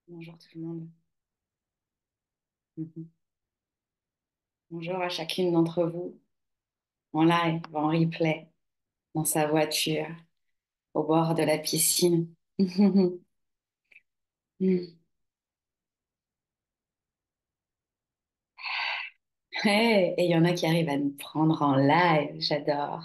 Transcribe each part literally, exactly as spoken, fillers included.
Bonjour tout le monde. Mhm. Bonjour à chacune d'entre vous, en live, en replay, dans sa voiture, au bord de la piscine. Hey, et il y en a qui arrivent à nous prendre en live, j'adore.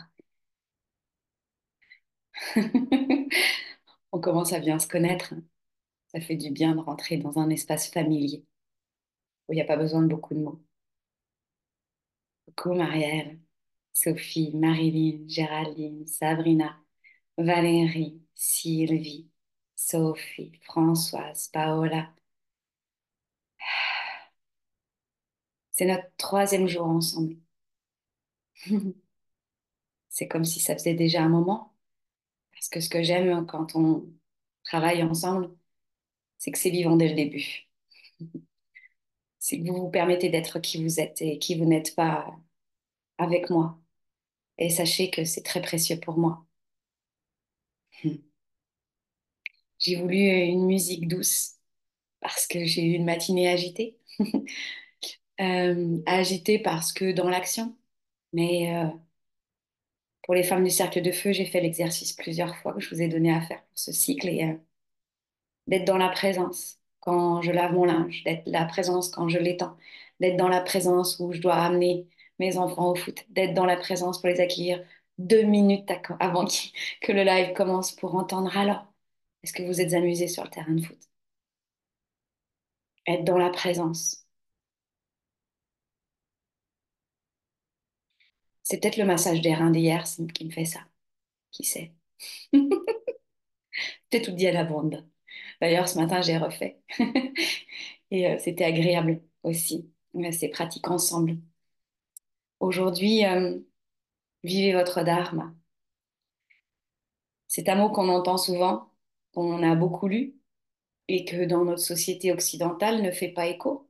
On commence à bien se connaître. Ça fait du bien de rentrer dans un espace familier où il n'y a pas besoin de beaucoup de mots. Coucou Marielle, Sophie, Marilyn, Géraldine, Sabrina, Valérie, Sylvie, Sophie, Françoise, Paola. C'est notre troisième jour ensemble. C'est comme si ça faisait déjà un moment. Parce que ce que j'aime quand on travaille ensemble, c'est que c'est vivant dès le début. C'est que vous vous permettez d'être qui vous êtes et qui vous n'êtes pas avec moi. Et sachez que c'est très précieux pour moi. J'ai voulu une musique douce parce que j'ai eu une matinée agitée. Euh, agitée parce que dans l'action. Mais euh, pour les femmes du cercle de feu, j'ai fait l'exercice plusieurs fois que je vous ai donné à faire pour ce cycle. Et euh, d'être dans la présence quand je lave mon linge, d'être la présence quand je l'étends, d'être dans la présence où je dois amener mes enfants au foot, d'être dans la présence pour les accueillir deux minutes ac- avant qu'il- que le live commence pour entendre alors, est-ce que vous êtes amusés sur le terrain de foot? Être dans la présence. C'est peut-être le massage des reins d'hier qui me fait ça. Qui sait? Peut-être tout dit à la bande. D'ailleurs, ce matin, j'ai refait. Et euh, c'était agréable aussi. On s'est pratiqué ensemble. Aujourd'hui, euh, vivez votre dharma. C'est un mot qu'on entend souvent, qu'on a beaucoup lu et que dans notre société occidentale ne fait pas écho.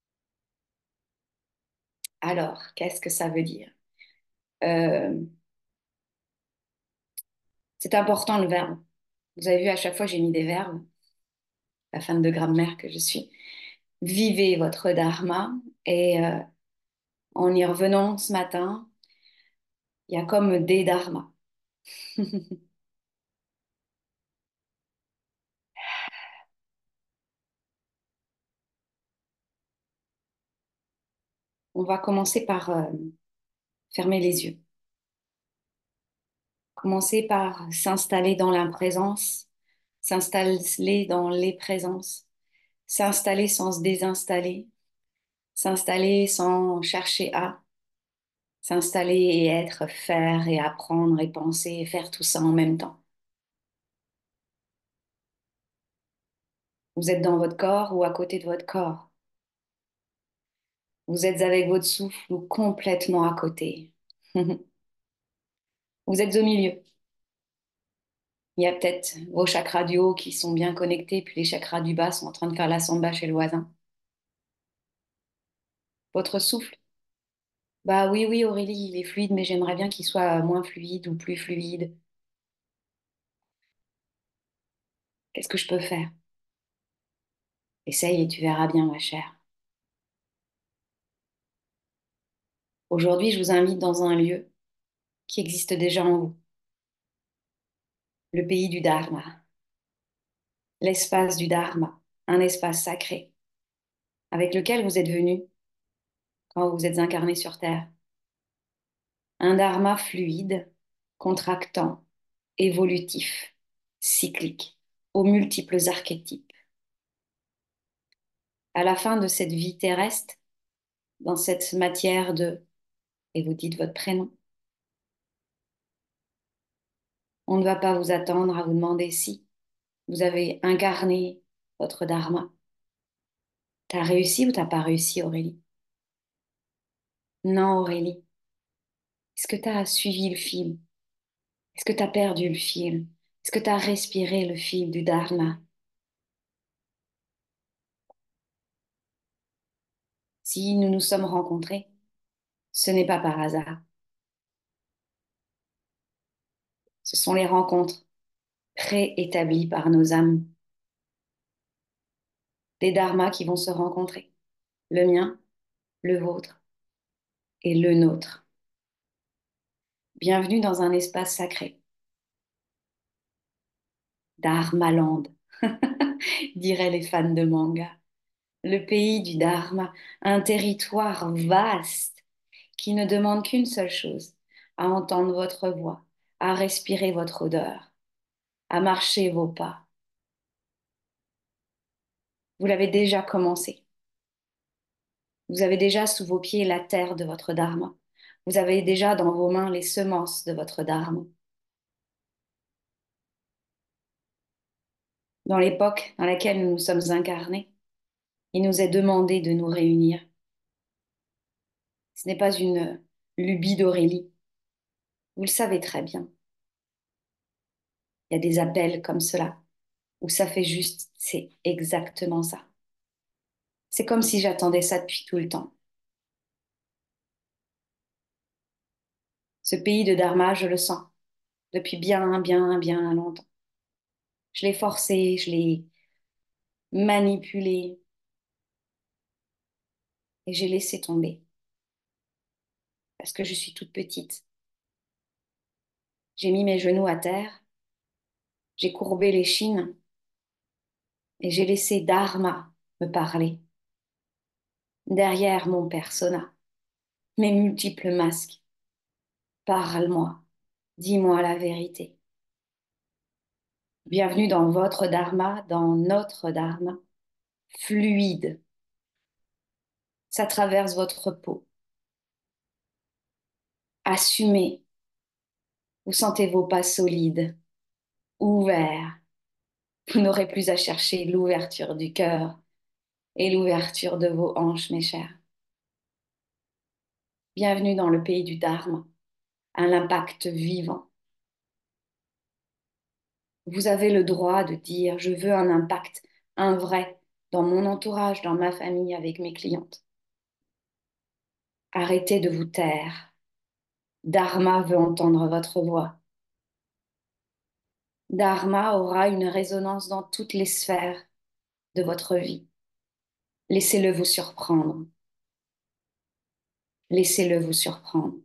Alors, qu'est-ce que ça veut dire? Euh, c'est important le verbe. Vous avez vu, à chaque fois, j'ai mis des verbes, la fan de grammaire que je suis. Vivez votre dharma et euh, en y revenant ce matin, il y a comme des dharmas. On va commencer par euh, fermer les yeux. Commencer par s'installer dans la présence, s'installer dans les présences, s'installer sans se désinstaller, s'installer sans chercher à, s'installer et être, faire et apprendre et penser et faire tout ça en même temps. Vous êtes dans votre corps ou à côté de votre corps. Vous êtes avec votre souffle ou complètement à côté. Vous êtes au milieu. Il y a peut-être vos chakras du haut qui sont bien connectés, puis les chakras du bas sont en train de faire la samba chez le voisin. Votre souffle, bah oui, oui, Aurélie, il est fluide, mais j'aimerais bien qu'il soit moins fluide ou plus fluide. Qu'est-ce que je peux faire? Essaye et tu verras bien, ma chère. Aujourd'hui, je vous invite dans un lieu qui existe déjà en vous, le pays du Dharma, l'espace du Dharma, un espace sacré avec lequel vous êtes venu quand vous êtes incarné sur Terre. Un Dharma fluide, contractant, évolutif, cyclique, aux multiples archétypes. À la fin de cette vie terrestre, dans cette matière de, et vous dites votre prénom, on ne va pas vous attendre à vous demander si vous avez incarné votre dharma. T'as réussi ou t'as pas réussi, Aurélie? Non, Aurélie. Est-ce que t'as suivi le fil? Est-ce que t'as perdu le fil? Est-ce que t'as respiré le fil du dharma? Si nous nous sommes rencontrés, ce n'est pas par hasard. Ce sont les rencontres préétablies par nos âmes. des dharmas qui vont se rencontrer, le mien, le vôtre et le nôtre. Bienvenue dans un espace sacré, Dharmaland, diraient les fans de manga. Le pays du Dharma, un territoire vaste qui ne demande qu'une seule chose, à entendre votre voix, à respirer votre odeur, à marcher vos pas. Vous l'avez déjà commencé. Vous avez déjà sous vos pieds la terre de votre dharma. Vous avez déjà dans vos mains les semences de votre dharma. Dans l'époque dans laquelle nous nous sommes incarnés, il nous est demandé de nous réunir. Ce n'est pas une lubie d'Aurélie. Vous le savez très bien. Il y a des appels comme cela, où ça fait juste, c'est exactement ça. C'est comme si j'attendais ça depuis tout le temps. Ce pays de Dharma, je le sens depuis bien, bien, bien longtemps. Je l'ai forcé, je l'ai manipulé et j'ai laissé tomber parce que je suis toute petite. J'ai mis mes genoux à terre, j'ai courbé les chines et j'ai laissé Dharma me parler. Derrière mon persona, mes multiples masques, parle-moi, dis-moi la vérité. Bienvenue dans votre Dharma, dans notre Dharma, fluide. Ça traverse votre peau. Assumez. Vous sentez vos pas solides, ouverts. Vous n'aurez plus à chercher l'ouverture du cœur et l'ouverture de vos hanches, mes chers. Bienvenue dans le pays du Dharma, à l'impact vivant. Vous avez le droit de dire, je veux un impact, un vrai, dans mon entourage, dans ma famille, avec mes clientes. Arrêtez de vous taire. Dharma veut entendre votre voix. Dharma aura une résonance dans toutes les sphères de votre vie. Laissez-le vous surprendre. Laissez-le vous surprendre.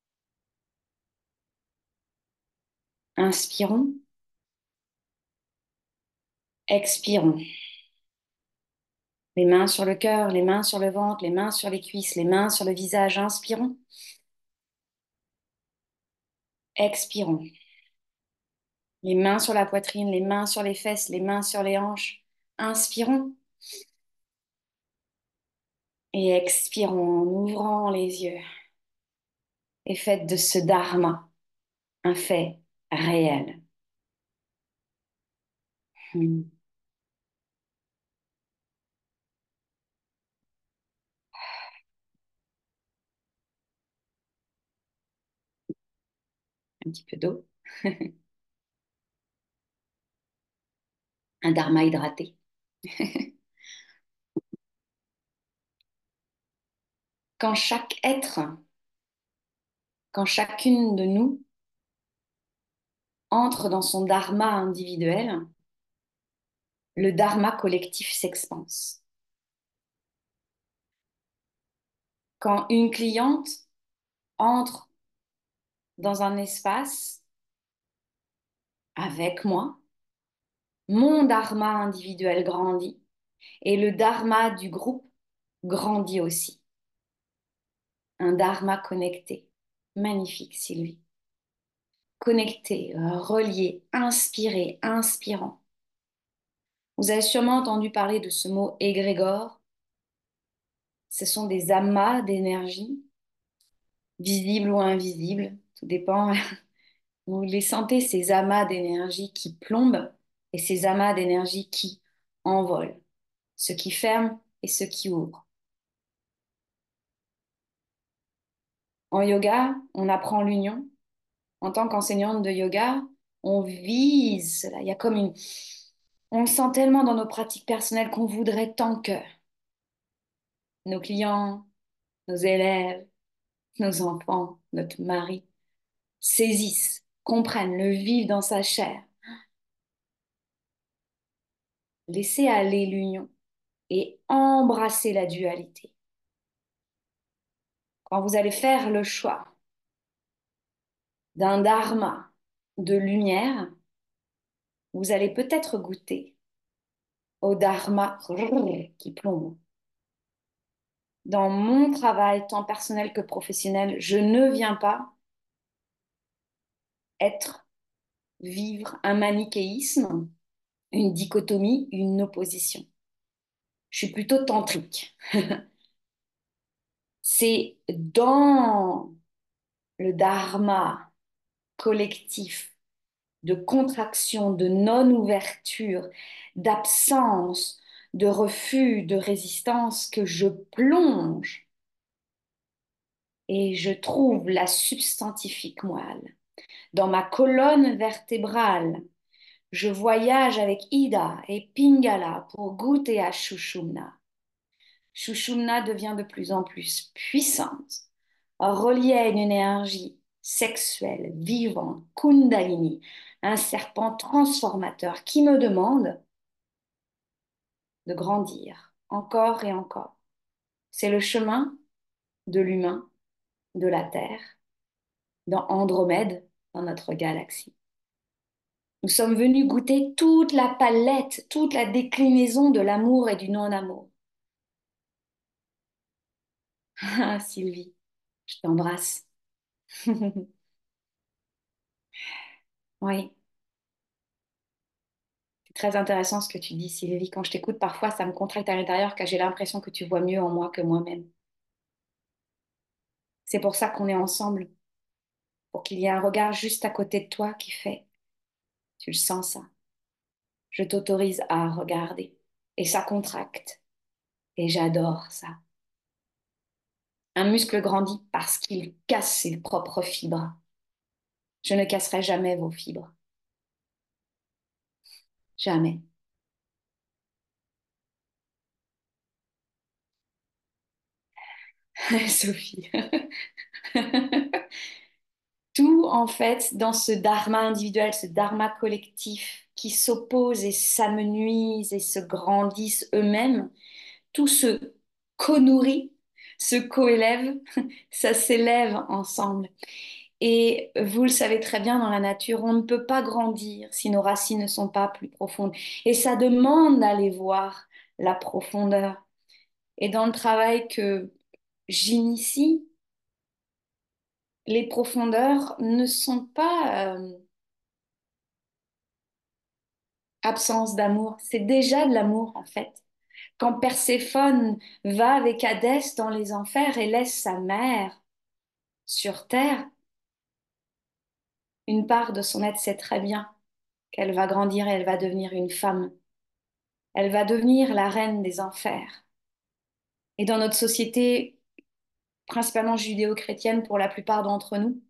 Inspirons, expirons. Les mains sur le cœur, les mains sur le ventre, les mains sur les cuisses, les mains sur le visage. Inspirons, expirons. Les mains sur la poitrine, les mains sur les fesses, les mains sur les hanches. Inspirons et expirons en ouvrant les yeux. Et faites de ce dharma un fait réel. Hmm. Un petit peu d'eau, un dharma hydraté. Quand chaque être, quand chacune de nous entre dans son dharma individuel, le dharma collectif s'expanse. Quand une cliente entre dans un espace avec moi, mon dharma individuel grandit et le dharma du groupe grandit aussi. Un dharma connecté. Magnifique, Sylvie. Connecté, relié, inspiré, inspirant. Vous avez sûrement entendu parler de ce mot égrégore. Ce sont des amas d'énergie, visibles ou invisibles, tout dépend. Vous les sentez, ces amas d'énergie qui plombent et ces amas d'énergie qui envolent, ce qui ferme et ce qui ouvre. En yoga, on apprend l'union. En tant qu'enseignante de yoga, on vise cela. Il y a comme une... On le sent tellement dans nos pratiques personnelles qu'on voudrait tant que nos clients, nos élèves, nos enfants, notre mari saisissent, comprennent, le vivent dans sa chair. Laissez aller l'union. et embrasser la dualité. Quand vous allez faire le choix d'un dharma de lumière, vous allez peut-être goûter au dharma qui plombe. Dans mon travail, tant personnel que professionnel, je ne viens pas être, vivre un manichéisme, une dichotomie, une opposition. Je suis plutôt tantrique. C'est dans le dharma collectif de contraction, de non-ouverture, d'absence, de refus, de résistance que je plonge et je trouve la substantifique moelle. Dans ma colonne vertébrale, je voyage avec Ida et Pingala pour goûter à Shushumna. Shushumna devient de plus en plus puissante, reliée à une énergie sexuelle, vivante, Kundalini, un serpent transformateur qui me demande de grandir encore et encore. C'est le chemin de l'humain, de la Terre, dans Andromède, dans notre galaxie. Nous sommes venus goûter toute la palette, toute la déclinaison de l'amour et du non-amour. Ah, Sylvie, je t'embrasse. Oui, c'est très intéressant ce que tu dis, Sylvie. Quand je t'écoute, parfois, ça me contracte à l'intérieur car j'ai l'impression que tu vois mieux en moi que moi-même. C'est pour ça qu'on est ensemble, pour qu'il y ait un regard juste à côté de toi qui fait. Tu le sens ça. Je t'autorise à regarder. Et ça contracte. Et j'adore ça. Un muscle grandit parce qu'il casse ses propres fibres. Je ne casserai jamais vos fibres. Jamais. Sophie. Tout, en fait, dans ce dharma individuel, ce dharma collectif qui s'oppose et s'amenuisent et se grandissent eux-mêmes, tout se co-nourrit, se co-élève, ça s'élève ensemble. Et vous le savez très bien, dans la nature, on ne peut pas grandir si nos racines ne sont pas plus profondes. Et ça demande d'aller voir la profondeur. Et dans le travail que j'initie, les profondeurs ne sont pas euh, absence d'amour, c'est déjà de l'amour en fait. Quand Perséphone va avec Hadès dans les enfers et laisse sa mère sur terre, une part de son être sait très bien qu'elle va grandir et elle va devenir une femme. Elle va devenir la reine des enfers. Et dans notre société, principalement judéo-chrétienne pour la plupart d'entre nous,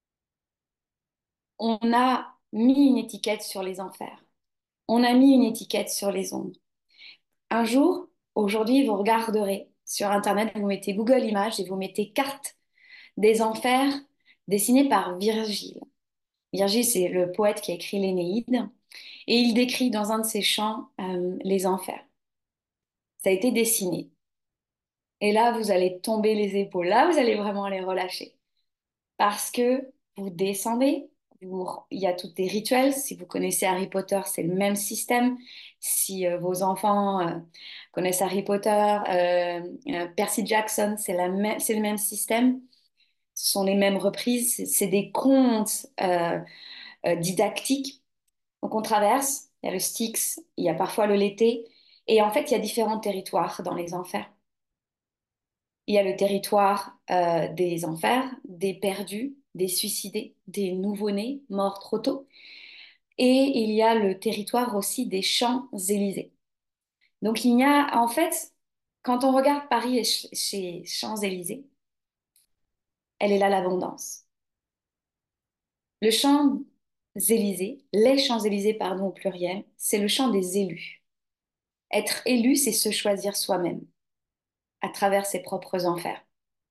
on a mis une étiquette sur les enfers. On a mis une étiquette sur les ombres. Un jour, aujourd'hui, vous regarderez sur Internet, vous mettez Google Images et vous mettez carte des enfers dessinée par Virgile. Virgile, c'est le poète qui a écrit l'Énéide et il décrit dans un de ses chants euh, les enfers. Ça a été dessiné. Et là, vous allez tomber les épaules. Là, vous allez vraiment les relâcher. Parce que vous descendez, vous- il y a tous des rituels. Si vous connaissez Harry Potter, c'est le même système. Si euh, vos enfants euh, connaissent Harry Potter, euh, euh, Percy Jackson, c'est la même- c'est le même système. Ce sont les mêmes reprises. C'est c'est des contes euh, euh, didactiques. Donc on traverse. Il y a le Styx, il y a parfois le Lété. Et en fait, il y a différents territoires dans les enfers. Il y a le territoire euh, des enfers, des perdus, des suicidés, des nouveau-nés morts trop tôt. Et il y a le territoire aussi des Champs-Élysées. Donc il y a, en fait, quand on regarde Paris et ch- chez Champs-Élysées, elle est là l'abondance. Le Champs-Élysées, les Champs-Élysées, pardon, au pluriel, c'est le champ des élus. Être élu, c'est se choisir soi-même à travers ses propres enfers.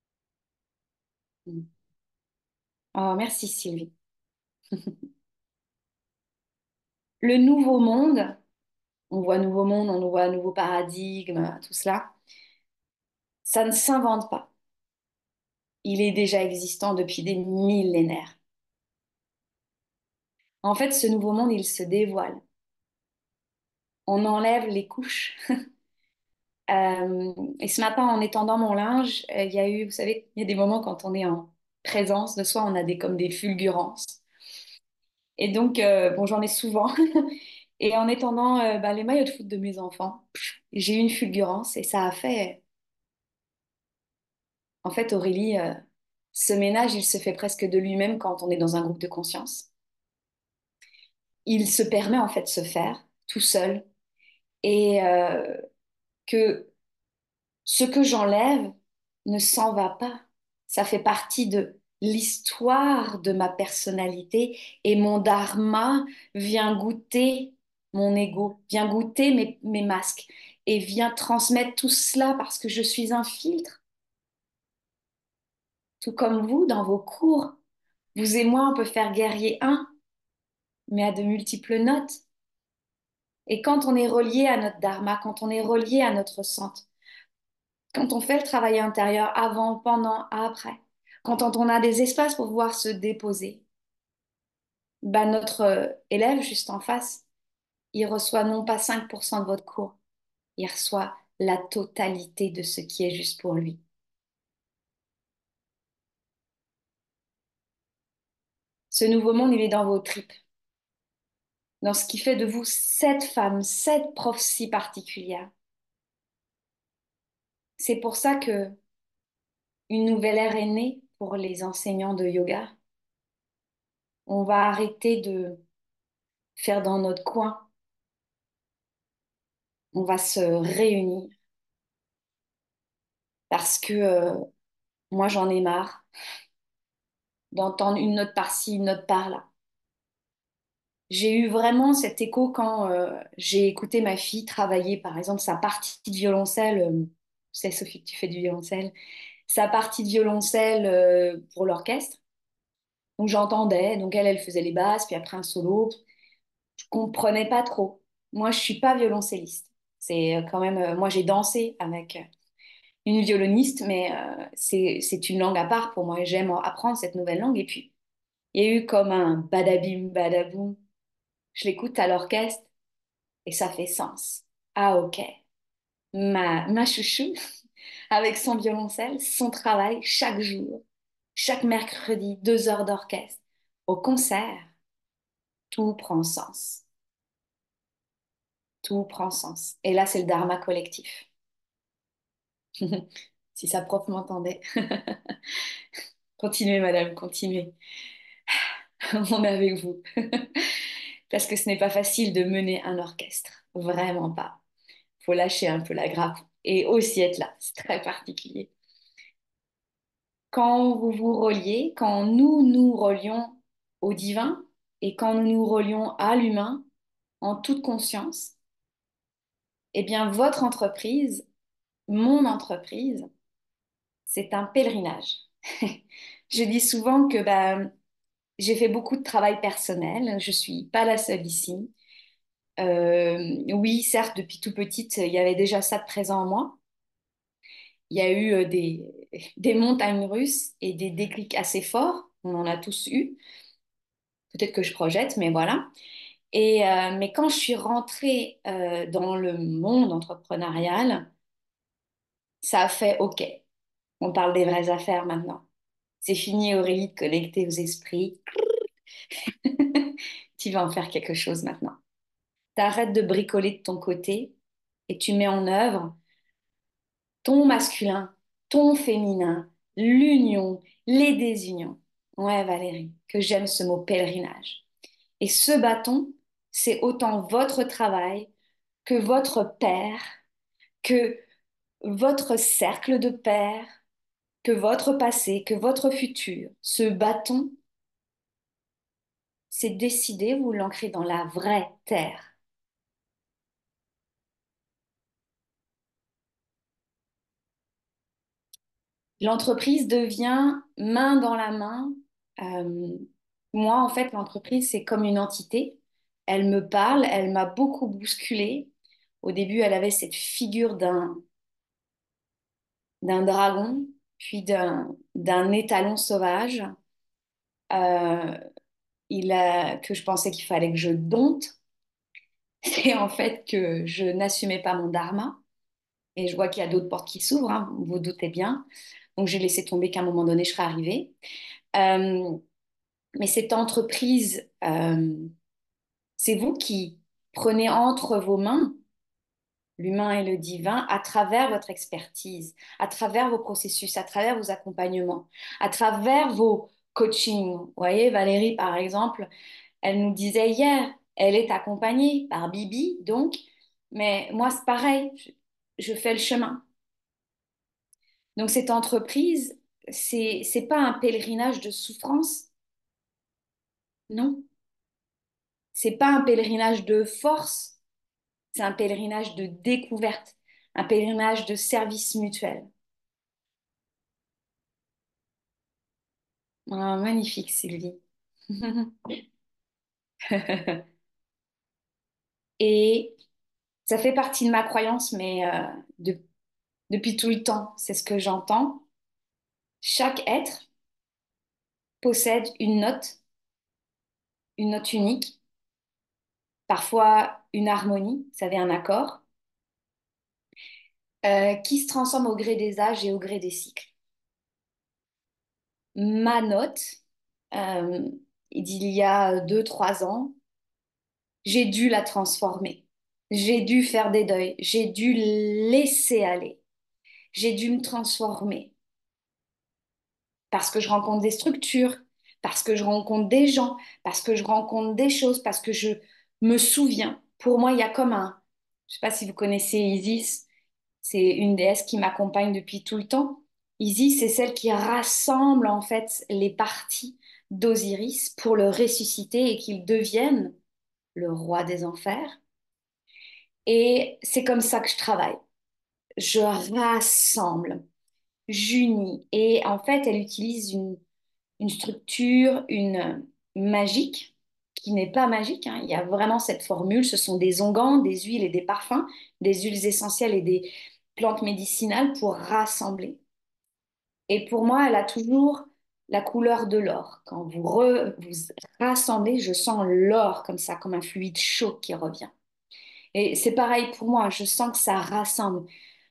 Mm. Oh, merci Sylvie. Le nouveau monde, on voit un nouveau monde, on voit un nouveau paradigme, tout cela. Ça ne s'invente pas. Il est déjà existant depuis des millénaires. En fait, ce nouveau monde, il se dévoile. On enlève les couches. Euh, et ce matin, en étendant mon linge, euh, il y a eu, vous savez, il y a des moments quand on est en présence de soi, on a des, comme des fulgurances. Et donc, euh, bon, j'en ai souvent. Et en étendant euh, bah, les maillots de foot de mes enfants, j'ai eu une fulgurance et ça a fait, en fait, Aurélie, euh, ce ménage, il se fait presque de lui-même quand on est dans un groupe de conscience. Il se permet en fait de se faire tout seul et euh, que ce que j'enlève ne s'en va pas. Ça fait partie de l'histoire de ma personnalité et mon dharma vient goûter mon ego, vient goûter mes, mes masques et vient transmettre tout cela parce que je suis un filtre, tout comme vous dans vos cours. Vous et moi, on peut faire guerrier un, mais à de multiples notes. Et quand on est relié à notre dharma, quand on est relié à notre centre, quand on fait le travail intérieur avant, pendant, après, quand on a des espaces pour pouvoir se déposer, bah notre euh, élève juste en face, il reçoit non pas cinq pour cent de votre cours, il reçoit la totalité de ce qui est juste pour lui. Ce nouveau monde, il est dans vos tripes, dans ce qui fait de vous cette femme, cette prof si particulière. C'est pour ça que une nouvelle ère est née pour les enseignants de yoga. On va arrêter de faire dans notre coin, on va se réunir parce que euh, moi j'en ai marre d'entendre une note par-ci, une note par-là. J'ai eu vraiment cet écho quand euh, j'ai écouté ma fille travailler, par exemple, sa partie de violoncelle. Euh, c'est Sophie que tu fais du violoncelle. Sa partie de violoncelle euh, pour l'orchestre. Donc j'entendais, donc elle, elle faisait les basses, puis après un solo. Je comprenais pas trop. Moi, je suis pas violoncelliste. C'est euh, quand même, euh, moi j'ai dansé avec euh, une violoniste, mais euh, c'est c'est une langue à part pour moi. J'aime apprendre cette nouvelle langue. Et puis il y a eu comme un badabim, badaboum. Je l'écoute à l'orchestre et ça fait sens. Ah ok, ma, ma chouchou, avec son violoncelle, son travail chaque jour, chaque mercredi, deux heures d'orchestre. Au concert, tout prend sens. Tout prend sens. Et là, c'est le dharma collectif. Si sa prof m'entendait. Continuez, madame, continuez. On est avec vous. Parce que ce n'est pas facile de mener un orchestre. Vraiment pas. Faut lâcher un peu la grappe et aussi être là. C'est très particulier. Quand vous vous reliez, quand nous nous relions au divin et quand nous nous relions à l'humain en toute conscience, eh bien votre entreprise, mon entreprise, c'est un pèlerinage. Je dis souvent que bah, j'ai fait beaucoup de travail personnel, je suis pas la seule ici. Euh, oui, certes, depuis tout petite, il y avait déjà ça de présent en moi. Il y a eu euh, des, des montagnes russes et des déclics assez forts. On en a tous eu. Peut-être que je projette, mais voilà. Et, euh, mais quand je suis rentrée euh, dans le monde entrepreneurial, ça a fait OK. On parle des vraies affaires maintenant. C'est fini, Aurélie, de connecter aux esprits. Tu vas en faire quelque chose maintenant. T'arrêtes de bricoler de ton côté et tu mets en œuvre ton masculin, ton féminin, l'union, les désunions. Ouais, Valérie, que j'aime ce mot pèlerinage. Et ce bâton, c'est autant votre travail que votre père, que votre cercle de pères, que votre passé, que votre futur. Ce bâton, c'est décider, vous l'ancrez dans la vraie terre. L'entreprise devient main dans la main. Euh, Moi, en fait, l'entreprise, c'est comme une entité. Elle me parle, elle m'a beaucoup bousculée. Au début, elle avait cette figure d'un d'un dragon, puis d'un d'un étalon sauvage, euh, il a, que je pensais qu'il fallait que je dompte. C'est en fait que je n'assumais pas mon dharma. Et je vois qu'il y a d'autres portes qui s'ouvrent, hein, vous vous doutez bien. Donc j'ai laissé tomber qu'à un moment donné, je serais arrivée. Euh, mais cette entreprise, euh, c'est vous qui prenez entre vos mains l'humain et le divin à travers votre expertise, à travers vos processus, à travers vos accompagnements, à travers vos coachings. Vous voyez, Valérie, par exemple, elle nous disait hier, elle est accompagnée par Bibi, donc, mais moi, c'est pareil, je, je fais le chemin. Donc, cette entreprise, c'est, c'est pas un pèlerinage de souffrance, non. C'est pas un pèlerinage de force, c'est un pèlerinage de découverte, un pèlerinage de service mutuel. Ah, magnifique, Sylvie. Et ça fait partie de ma croyance, mais euh, de- depuis tout le temps, c'est ce que j'entends. Chaque être possède une note, une note unique, parfois une harmonie, vous savez, un accord, euh, qui se transforme au gré des âges et au gré des cycles. Ma note, euh, d'il y a deux, trois ans, j'ai dû la transformer. J'ai dû faire des deuils. J'ai dû laisser aller. J'ai dû me transformer parce que je rencontre des structures, parce que je rencontre des gens, parce que je rencontre des choses, parce que je me souviens. Pour moi, il y a comme un, je sais pas si vous connaissez Isis, c'est une déesse qui m'accompagne depuis tout le temps. Isis, c'est celle qui rassemble en fait les parties d'Osiris pour le ressusciter et qu'il devienne le roi des enfers. Et c'est comme ça que je travaille. Je rassemble, j'unis. Et en fait, elle utilise une, une structure, une magique, qui n'est pas magique, hein. Il y a vraiment cette formule. Ce sont des onguents, des huiles et des parfums, des huiles essentielles et des plantes médicinales pour rassembler. Et pour moi, elle a toujours la couleur de l'or. Quand vous, re- vous rassemblez, je sens l'or comme ça, comme un fluide chaud qui revient. Et c'est pareil pour moi, je sens que ça rassemble.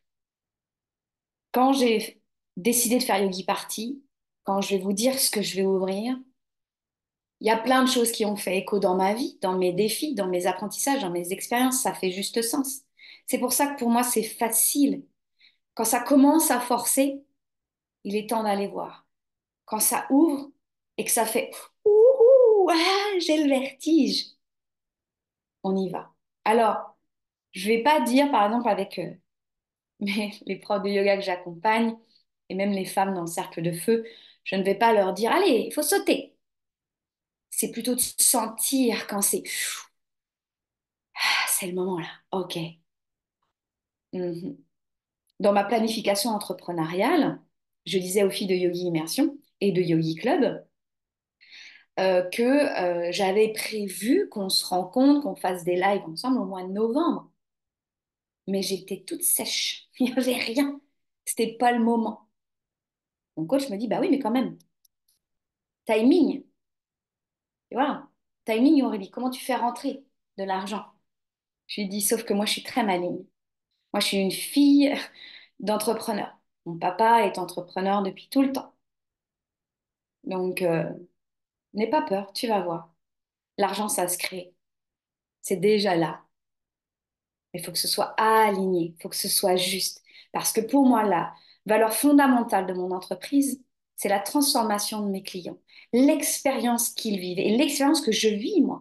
Quand j'ai décidé de faire Yogi Party, quand je vais vous dire ce que je vais ouvrir, il y a plein de choses qui ont fait écho dans ma vie, dans mes défis, dans mes apprentissages, dans mes expériences. Ça fait juste sens. C'est pour ça que pour moi, c'est facile. Quand ça commence à forcer, il est temps d'aller voir. Quand ça ouvre et que ça fait ouh, ah, j'ai le vertige, on y va. Alors, je vais pas dire, par exemple, avec euh, mes- les profs de yoga que j'accompagne et même les femmes dans le cercle de feu, je ne vais pas leur dire, allez, il faut sauter. C'est plutôt de sentir quand c'est, ah, c'est le moment là. Ok. Mhm. Dans ma planification entrepreneuriale, je disais aux filles de Yogi Immersion et de Yogi Club euh, que euh, j'avais prévu qu'on se rencontre, qu'on fasse des lives ensemble au mois de novembre. Mais j'étais toute sèche. Il n'y avait rien. C'était pas le moment. Mon coach me dit, bah oui, mais quand même, timing. Et voilà. Timing, Aurélie, comment tu fais rentrer de l'argent? Je lui ai dit, sauf que moi, je suis très maligne. Moi, je suis une fille d'entrepreneur. Mon papa est entrepreneur depuis tout le temps. Donc, euh, n'aie pas peur, tu vas voir. L'argent, ça se crée. C'est déjà là. Il faut que ce soit aligné, il faut que ce soit juste. Parce que pour moi, la valeur fondamentale de mon entreprise, c'est la transformation de mes clients, l'expérience qu'ils vivent et l'expérience que je vis, moi.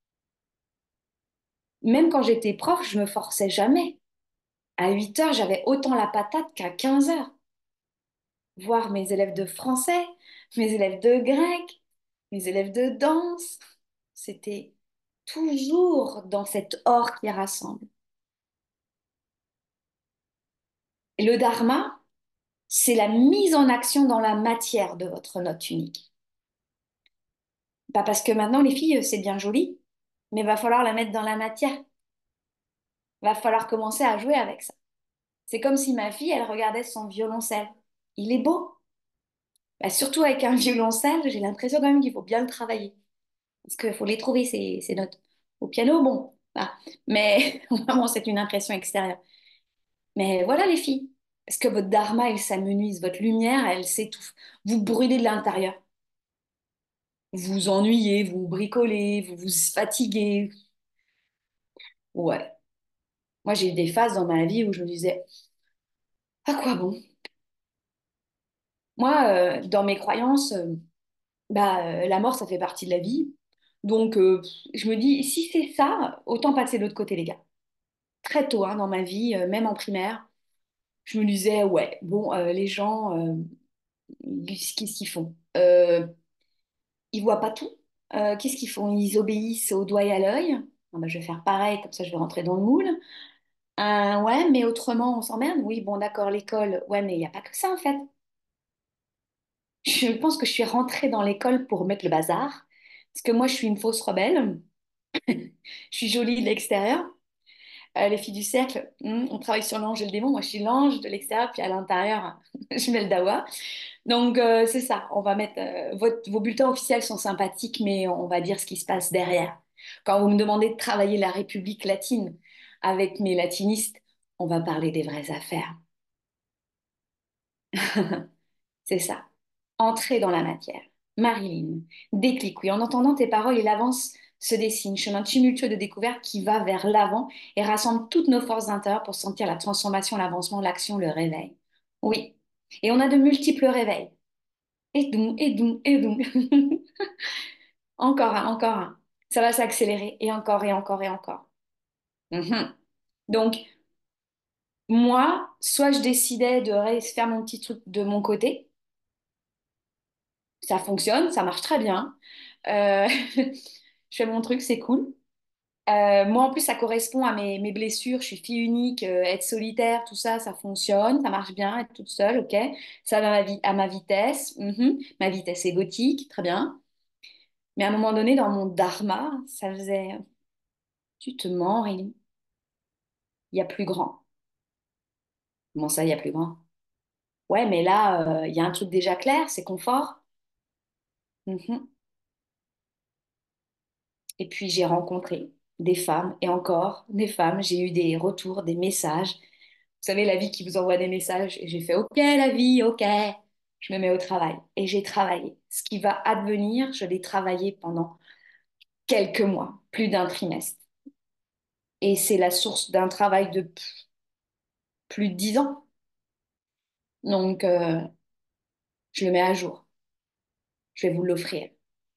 Même quand j'étais prof, je me forçais jamais. À huit heures, j'avais autant la patate qu'à quinze heures. Voir mes élèves de français, mes élèves de grec, mes élèves de danse. C'était toujours dans cet or qui rassemble. Et le dharma, c'est la mise en action dans la matière de votre note unique. Pas parce que maintenant, les filles, c'est bien joli, mais il va falloir la mettre dans la matière. Va falloir commencer à jouer avec ça. C'est comme si ma fille, elle regardait son violoncelle. Il est beau. Bah, surtout avec un violoncelle, j'ai l'impression quand même qu'il faut bien le travailler. Parce qu'il faut les trouver, ces, ces notes. Au piano, bon, voilà. Mais vraiment, c'est une impression extérieure. Mais voilà les filles. Parce que votre dharma, il s'amenuise, votre lumière, elle s'étouffe. Vous brûlez de l'intérieur. Vous vous ennuyez, vous bricolez, vous vous fatiguez. Ouais. Moi, j'ai eu des phases dans ma vie où je me disais, à quoi bon? Moi, euh, dans mes croyances, euh, bah, euh, la mort, ça fait partie de la vie. Donc, euh, je me dis, si c'est ça, autant passer de l'autre côté, les gars. Très tôt, hein, dans ma vie, euh, même en primaire, je me disais, ouais, bon, euh, les gens, euh, qu'est-ce qu'ils font? Euh, ils voient pas tout. Euh, qu'est-ce qu'ils font? Ils obéissent au doigt et à l'œil. Ah bah, je vais faire pareil, comme ça je vais rentrer dans le moule. Euh, ouais, mais autrement, on s'emmerde. Oui, bon, d'accord, l'école. Ouais, mais il n'y a pas que ça, en fait. Je pense que je suis rentrée dans l'école pour mettre le bazar. Parce que moi, je suis une fausse rebelle. Je suis jolie de l'extérieur. Euh, les filles du cercle, hmm, on travaille sur l'ange et le démon. Moi, je suis l'ange de l'extérieur, puis à l'intérieur, je mets le dawa. Donc, euh, c'est ça. On va mettre. Euh, votre- vos bulletins officiels sont sympathiques, mais on va dire ce qui se passe derrière. Quand vous me demandez de travailler la République latine avec mes latinistes, on va parler des vraies affaires. C'est ça. Entrer dans la matière. Marilyn, déclic, oui. En entendant tes paroles et l'avance se dessine, chemin tumultueux de découverte qui va vers l'avant et rassemble toutes nos forces intérieures pour sentir la transformation, l'avancement, l'action, le réveil. Oui. Et on a de multiples réveils. Et doum, et doum, et doum. Encore un, encore un. Ça va s'accélérer. Et encore, et encore, et encore. Mhm. Donc, moi, soit je décidais de rester- faire mon petit truc de mon côté, ça fonctionne, ça marche très bien. Euh, je fais mon truc, c'est cool. Euh, moi, en plus, ça correspond à mes, mes blessures. Je suis fille unique, euh, être solitaire, tout ça, ça fonctionne, ça marche bien, être toute seule, ok. Ça va à ma, vi- à ma vitesse, mhm. Ma vitesse égotique, très bien. Mais à un moment donné, dans mon dharma, ça faisait, tu te mens, Aurélie, il y a plus grand. Comment ça, il y a plus grand? Ouais, mais là, euh, il y a un truc déjà clair, c'est confort. Mhm. Et puis, j'ai rencontré des femmes, et encore des femmes. J'ai eu des retours, des messages. Vous savez, la vie qui vous envoie des messages. Et j'ai fait, OK, la vie, OK. Je me mets au travail. Et j'ai travaillé. Ce qui va advenir, je l'ai travaillé pendant quelques mois, plus d'un trimestre. Et c'est la source d'un travail de p- plus de dix ans. Donc, euh, je le mets à jour. Je vais vous l'offrir.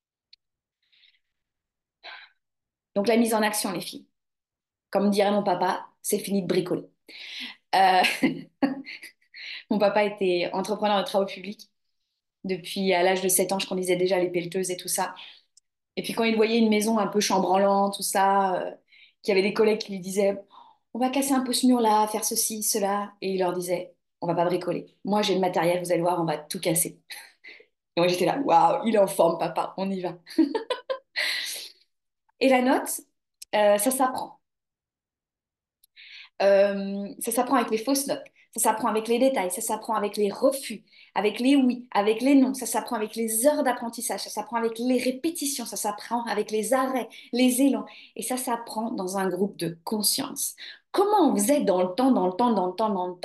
Donc, la mise en action, les filles. Comme dirait mon papa, c'est fini de bricoler. Euh, Mon papa était entrepreneur de travaux publics. Depuis à l'âge de sept ans, je conduisais déjà les pelleteuses et tout ça. Et puis quand il voyait une maison un peu chambranlante, tout ça, euh, qu'il y avait des collègues qui lui disaient, on va casser un peu ce mur-là, faire ceci, cela. Et il leur disait, on va pas bricoler. Moi, j'ai le matériel, vous allez voir, on va tout casser. Et moi, j'étais là, waouh, il est en forme, papa, on y va. Et la note, euh, ça s'apprend. Euh, ça s'apprend avec les fausses notes, ça s'apprend avec les détails, ça s'apprend avec les refus, avec les oui, avec les non, ça s'apprend avec les heures d'apprentissage, ça s'apprend avec les répétitions, ça s'apprend avec les arrêts, les élans, et ça s'apprend dans un groupe de conscience. Comment on faisait dans le temps, dans le temps, dans le temps, dans le temps?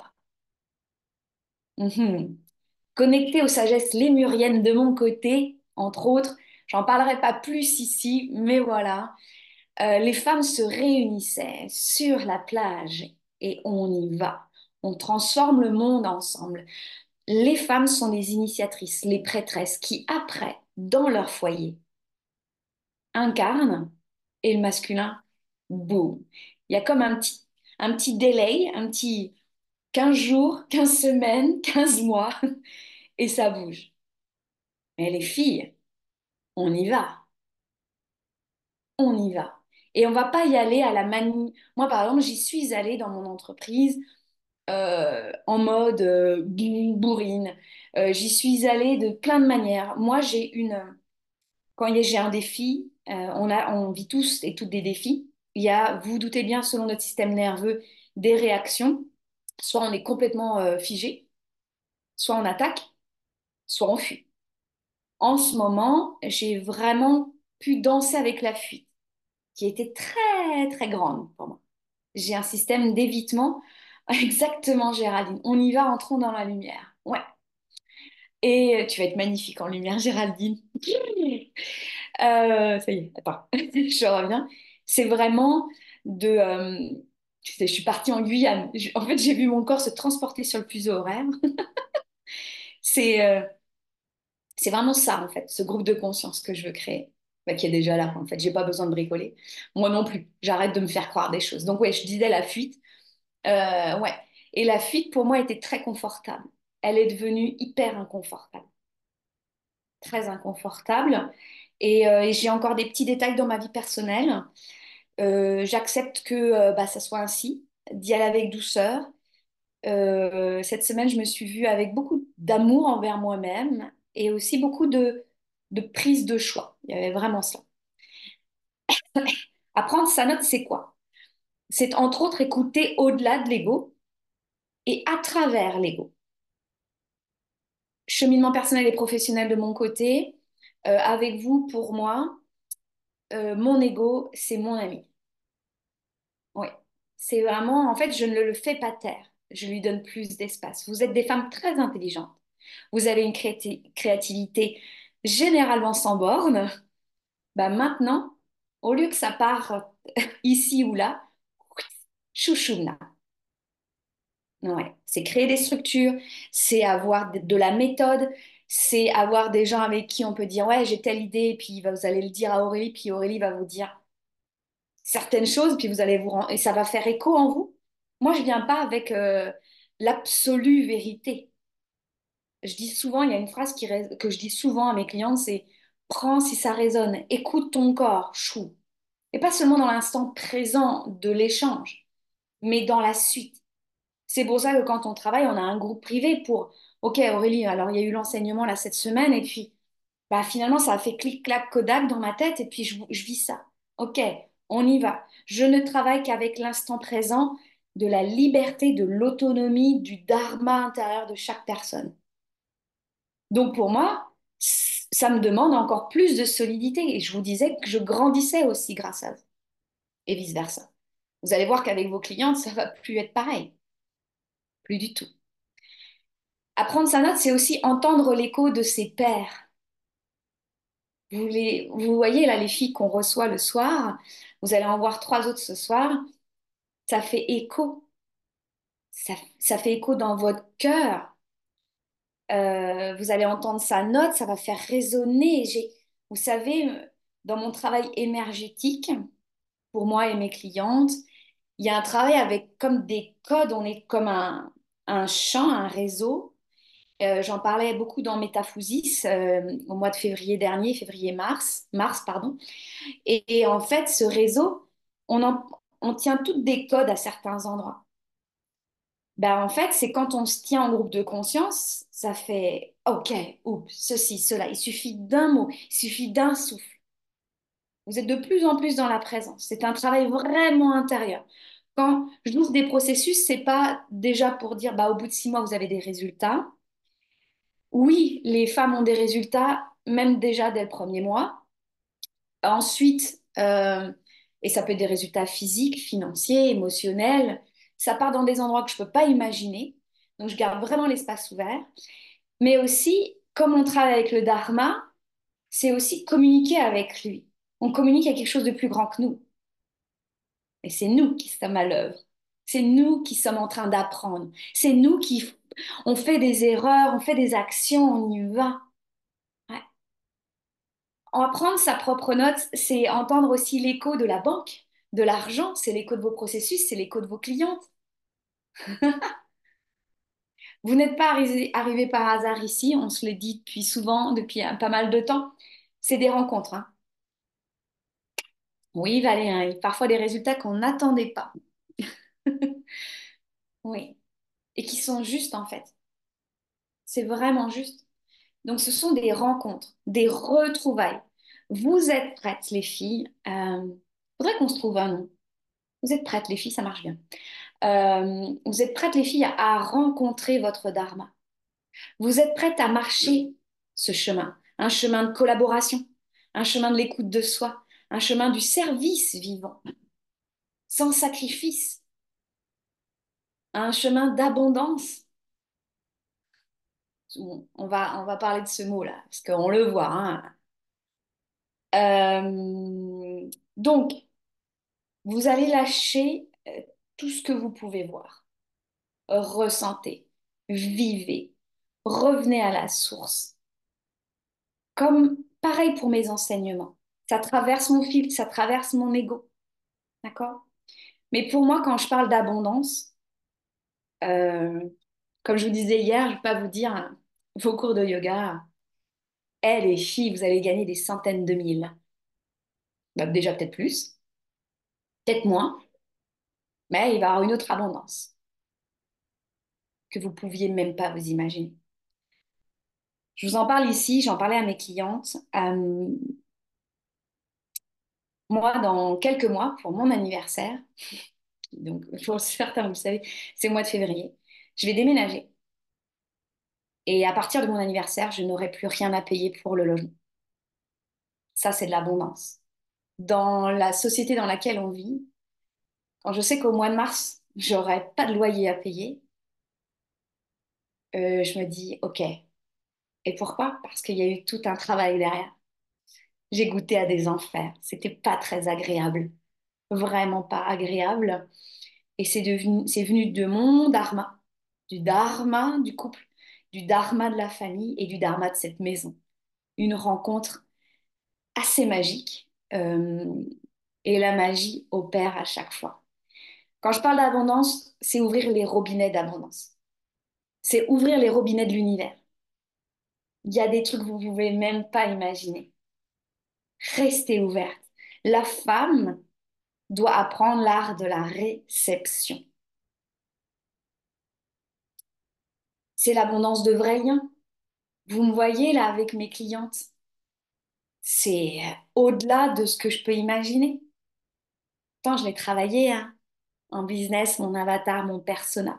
Mhm. Connecté aux sagesses lémuriennes de mon côté, entre autres, j'en parlerai pas plus ici, mais voilà. Euh, les femmes se réunissaient sur la plage et on y va. On transforme le monde ensemble. Les femmes sont les initiatrices, les prêtresses qui, après, dans leur foyer, incarnent et le masculin, boum. Il y a comme un petit, un petit délai, un petit quinze jours, quinze semaines, quinze mois, et ça bouge. Mais les filles, on y va, on y va. Et on va pas y aller à la manie. Moi, par exemple, j'y suis allée dans mon entreprise euh, en mode euh, bou- bourrine. Euh, j'y suis allée de plein de manières. Moi, j'ai une... Quand il y a- j'ai un défi, euh, on a, on vit tous et toutes des défis. il y a, vous vous doutez bien, selon notre système nerveux, des réactions. Soit on est complètement euh, figé, soit on attaque, soit on fuit. En ce moment, j'ai vraiment pu danser avec la fuite, qui était très, très grande pour moi. J'ai un système d'évitement. Exactement, Géraldine. On y va, entrons dans la lumière. Ouais. Et euh, tu vas être magnifique en lumière, Géraldine. Euh, ça y est, attends, je reviens. C'est vraiment de... euh, tu sais, je suis partie en Guyane. Je- En fait, j'ai vu mon corps se transporter sur le fuseau horaire. C'est euh, c'est vraiment ça, en fait, ce groupe de conscience que je veux créer, bah, qui est déjà là, en fait. J'ai pas besoin de bricoler. Moi non plus. J'arrête de me faire croire des choses. Donc, ouais, je disais la fuite. Euh, ouais. Et la fuite, pour moi, était très confortable. Elle est devenue hyper inconfortable. Très inconfortable. Et, euh, et j'ai encore des petits détails dans ma vie personnelle. Euh, j'accepte que euh, bah, ça soit ainsi, d'y aller avec douceur. Euh, cette semaine, je me suis vue avec beaucoup d'amour envers moi-même et aussi beaucoup de, de prise de choix. Il y avait vraiment ça. Apprendre sa note, c'est quoi? C'est entre autres écouter au-delà de l'ego et à travers l'ego. Cheminement personnel et professionnel de mon côté, euh, avec vous, pour moi, euh, mon ego, c'est mon ami. Oui, c'est vraiment, en fait, je ne le fais pas taire. Je lui donne plus d'espace. Vous êtes des femmes très intelligentes. Vous avez une créati- créativité généralement sans borne. Bah maintenant, au lieu que ça part ici ou là, chouchouna. Ouais, c'est créer des structures, c'est avoir de, de la méthode, c'est avoir des gens avec qui on peut dire, ouais, j'ai telle idée, et puis vous allez le dire à Aurélie, puis Aurélie va vous dire certaines choses, puis vous allez vous rendre, et ça va faire écho en vous. Moi, je viens pas avec euh, l'absolue vérité. Je dis souvent, il y a une phrase qui rés- que je dis souvent à mes clientes, c'est prends si ça résonne, écoute ton corps, chou. Et pas seulement dans l'instant présent de l'échange, mais dans la suite. C'est pour ça que quand on travaille, on a un groupe privé pour, OK, Aurélie, alors il y a eu l'enseignement là cette semaine, et puis bah, finalement, ça a fait clic-clac, Kodak dans ma tête, et puis je, je vis ça. OK, on y va. Je ne travaille qu'avec l'instant présent, de la liberté, de l'autonomie, du dharma intérieur de chaque personne. Donc pour moi, c- ça me demande encore plus de solidité. Et je vous disais que je grandissais aussi grâce à vous, et vice-versa. Vous allez voir qu'avec vos clientes, ça va plus être pareil. Plus du tout. Apprendre sa note, c'est aussi entendre l'écho de ses pairs. Vous, les, vous voyez là les filles qu'on reçoit le soir, vous allez en voir trois autres ce soir, ça fait écho. Ça, ça fait écho dans votre cœur. Euh, vous allez entendre sa note, ça va faire résonner. J'ai, vous savez, euh, dans mon travail énergétique, pour moi et mes clientes, il y a un travail avec comme des codes, on est comme un, un champ, un réseau. Euh, j'en parlais beaucoup dans Métaphousis euh, au mois de février dernier, février-mars, mars, pardon. Et, et en fait, ce réseau, on, en- on tient toutes des codes à certains endroits. Ben, en fait, c'est quand on se tient en groupe de conscience, ça fait OK, oups, ceci, cela. Il suffit d'un mot, il suffit d'un souffle. Vous êtes de plus en plus dans la présence. C'est un travail vraiment intérieur. Quand j'ouvre des processus, c'est pas déjà pour dire bah, au bout de six mois, vous avez des résultats. Oui, les femmes ont des résultats, même déjà dès le premier mois. Ensuite, euh, et ça peut être des résultats physiques, financiers, émotionnels. Ça part dans des endroits que je ne peux pas imaginer. Donc, je garde vraiment l'espace ouvert. Mais aussi, comme on travaille avec le dharma, c'est aussi communiquer avec lui. On communique à quelque chose de plus grand que nous. Et c'est nous qui sommes à l'œuvre. C'est nous qui sommes en train d'apprendre. C'est nous qui on fait des erreurs, on fait des actions, on y va. Ouais. Apprendre sa propre note, c'est entendre aussi l'écho de la banque, de l'argent, c'est l'écho de vos processus, c'est l'écho de vos clientes. Vous n'êtes pas arrivé, arrivé par hasard ici, on se le dit depuis souvent, depuis un- pas mal de temps. C'est des rencontres, hein. Oui, Valérie, hein, et parfois des résultats qu'on n'attendait pas. Oui, et qui sont justes en fait. C'est vraiment juste. Donc ce sont des rencontres, des retrouvailles. Vous êtes prêtes, les filles. Euh, faudrait qu'on se trouve un nom. Vous êtes prêtes, les filles, ça marche bien. Euh, vous êtes prêtes, les filles, à rencontrer votre dharma. Vous êtes prêtes à marcher ce chemin, un chemin de collaboration, un chemin de l'écoute de soi, un chemin du service vivant, sans sacrifice, un chemin d'abondance. On on va, on va parler de ce mot-là, parce qu'on le voit, hein. Euh, donc, vous allez lâcher euh, tout ce que vous pouvez voir, ressentez, vivez, revenez à la source. Comme pareil pour mes enseignements. Ça traverse mon filtre, ça traverse mon ego. D'accord? Mais pour moi, quand je parle d'abondance, euh, comme je vous disais hier, je ne vais pas vous dire hein, vos cours de yoga. Eh les filles, vous allez gagner des centaines de mille. Bah, déjà peut-être plus, peut-être moins, mais il va y avoir une autre abondance que vous pouviez même pas vous imaginer. Je vous en parle ici, j'en parlais à mes clientes. Euh, moi, dans quelques mois, pour mon anniversaire, donc pour certains, vous le savez, c'est au mois de février, je vais déménager. Et à partir de mon anniversaire, je n'aurai plus rien à payer pour le logement. Ça, c'est de l'abondance. Dans la société dans laquelle on vit, quand je sais qu'au mois de mars, j'aurai pas de loyer à payer, euh, je me dis, OK. Et pourquoi? Parce qu'il y a eu tout un travail derrière. J'ai goûté à des enfers. C'était pas très agréable. Vraiment pas agréable. Et c'est devenu, c'est venu de mon dharma, du dharma du couple, du dharma de la famille et du dharma de cette maison. Une rencontre assez magique. Euh, et la magie opère à chaque fois. Quand je parle d'abondance, c'est ouvrir les robinets d'abondance. C'est ouvrir les robinets de l'univers. Il y a des trucs que vous ne pouvez même pas imaginer. Restez ouverte. La femme doit apprendre l'art de la réception. C'est l'abondance de vrais liens. Vous me voyez là avec mes clientes. C'est au-delà de ce que je peux imaginer. Tant je l'ai travaillé, hein, en business, mon avatar, mon persona.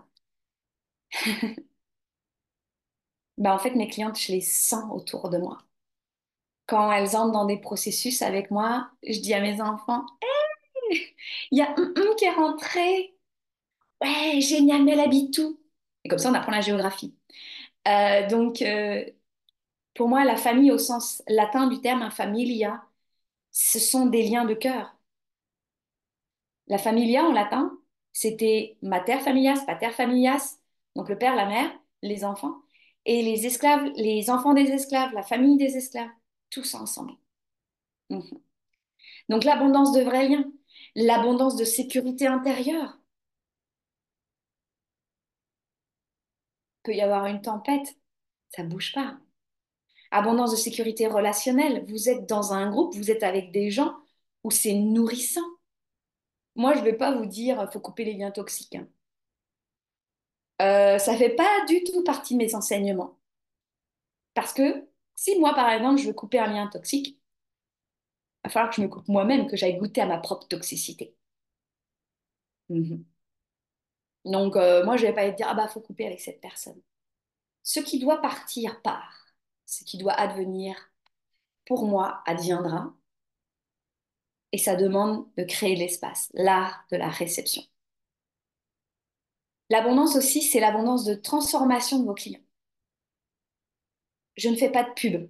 Ben, en fait, mes clientes, je les sens autour de moi. Quand elles entrent dans des processus avec moi, je dis à mes enfants, il y a un, un qui est rentré. Ouais, génial, mais elle habite où? Et comme ça, on apprend la géographie. Euh, donc, euh, pour moi, la famille au sens latin du terme, un familia, ce sont des liens de cœur. La familia en latin, c'était mater familias, pater familias, donc le père, la mère, les enfants, et les esclaves, les enfants des esclaves, la famille des esclaves, tous ensemble. Mhm. Donc l'abondance de vrais liens, l'abondance de sécurité intérieure. Il peut y avoir une tempête, ça bouge pas. Abondance de sécurité relationnelle, vous êtes dans un groupe, vous êtes avec des gens où c'est nourrissant. Moi, je ne vais pas vous dire, faut couper les liens toxiques, hein. Euh, ça fait pas du tout partie de mes enseignements. Parce que si moi, par exemple, je veux couper un lien toxique, il va falloir que je me coupe moi-même, que j'aille goûter à ma propre toxicité. Mhm. Donc, euh, moi, je vais pas aller dire, ah bah, faut couper avec cette personne. Ce qui doit partir part. Ce qui doit advenir, pour moi, adviendra. Et ça demande de créer de l'espace, l'art de la réception. L'abondance aussi, c'est l'abondance de transformation de vos clients. Je ne fais pas de pub.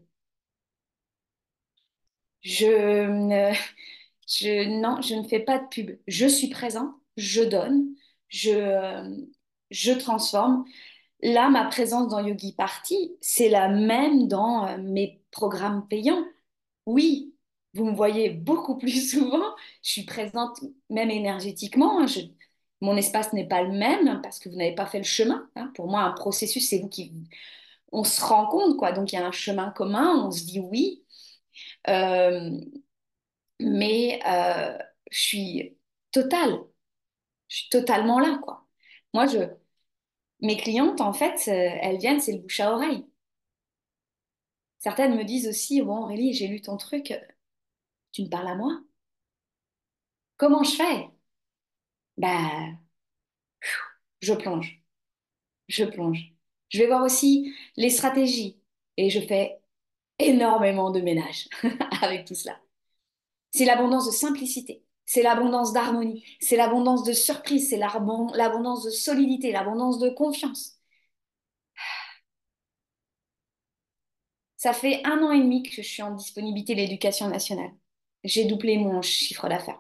Je ne, je, non, je ne fais pas de pub. Je suis présente, je donne, je, euh, je transforme. Là, ma présence dans Yogi Party, c'est la même dans euh, mes programmes payants. Oui, vous me voyez beaucoup plus souvent. Je suis présente même énergétiquement, hein. Je- mon espace n'est pas le même parce que vous n'avez pas fait le chemin, hein. Pour moi, un processus, c'est vous qui... On se rend compte, quoi. Donc, il y a un chemin commun, on se dit oui. Euh, mais euh, je suis totale. Je suis totalement là, quoi. Moi, je... Mes clientes, en fait, euh, elles viennent, c'est le bouche à oreille. Certaines me disent aussi, bon, Aurélie, j'ai lu ton truc, tu me parles à moi? Comment je fais? bah, je plonge, je plonge. Je vais voir aussi les stratégies et je fais énormément de ménage avec tout cela. C'est l'abondance de simplicité, c'est l'abondance d'harmonie, c'est l'abondance de surprise, c'est l'abon- l'abondance de solidité, l'abondance de confiance. Ça fait un an et demi que je suis en disponibilité de l'éducation nationale. J'ai doublé mon chiffre d'affaires.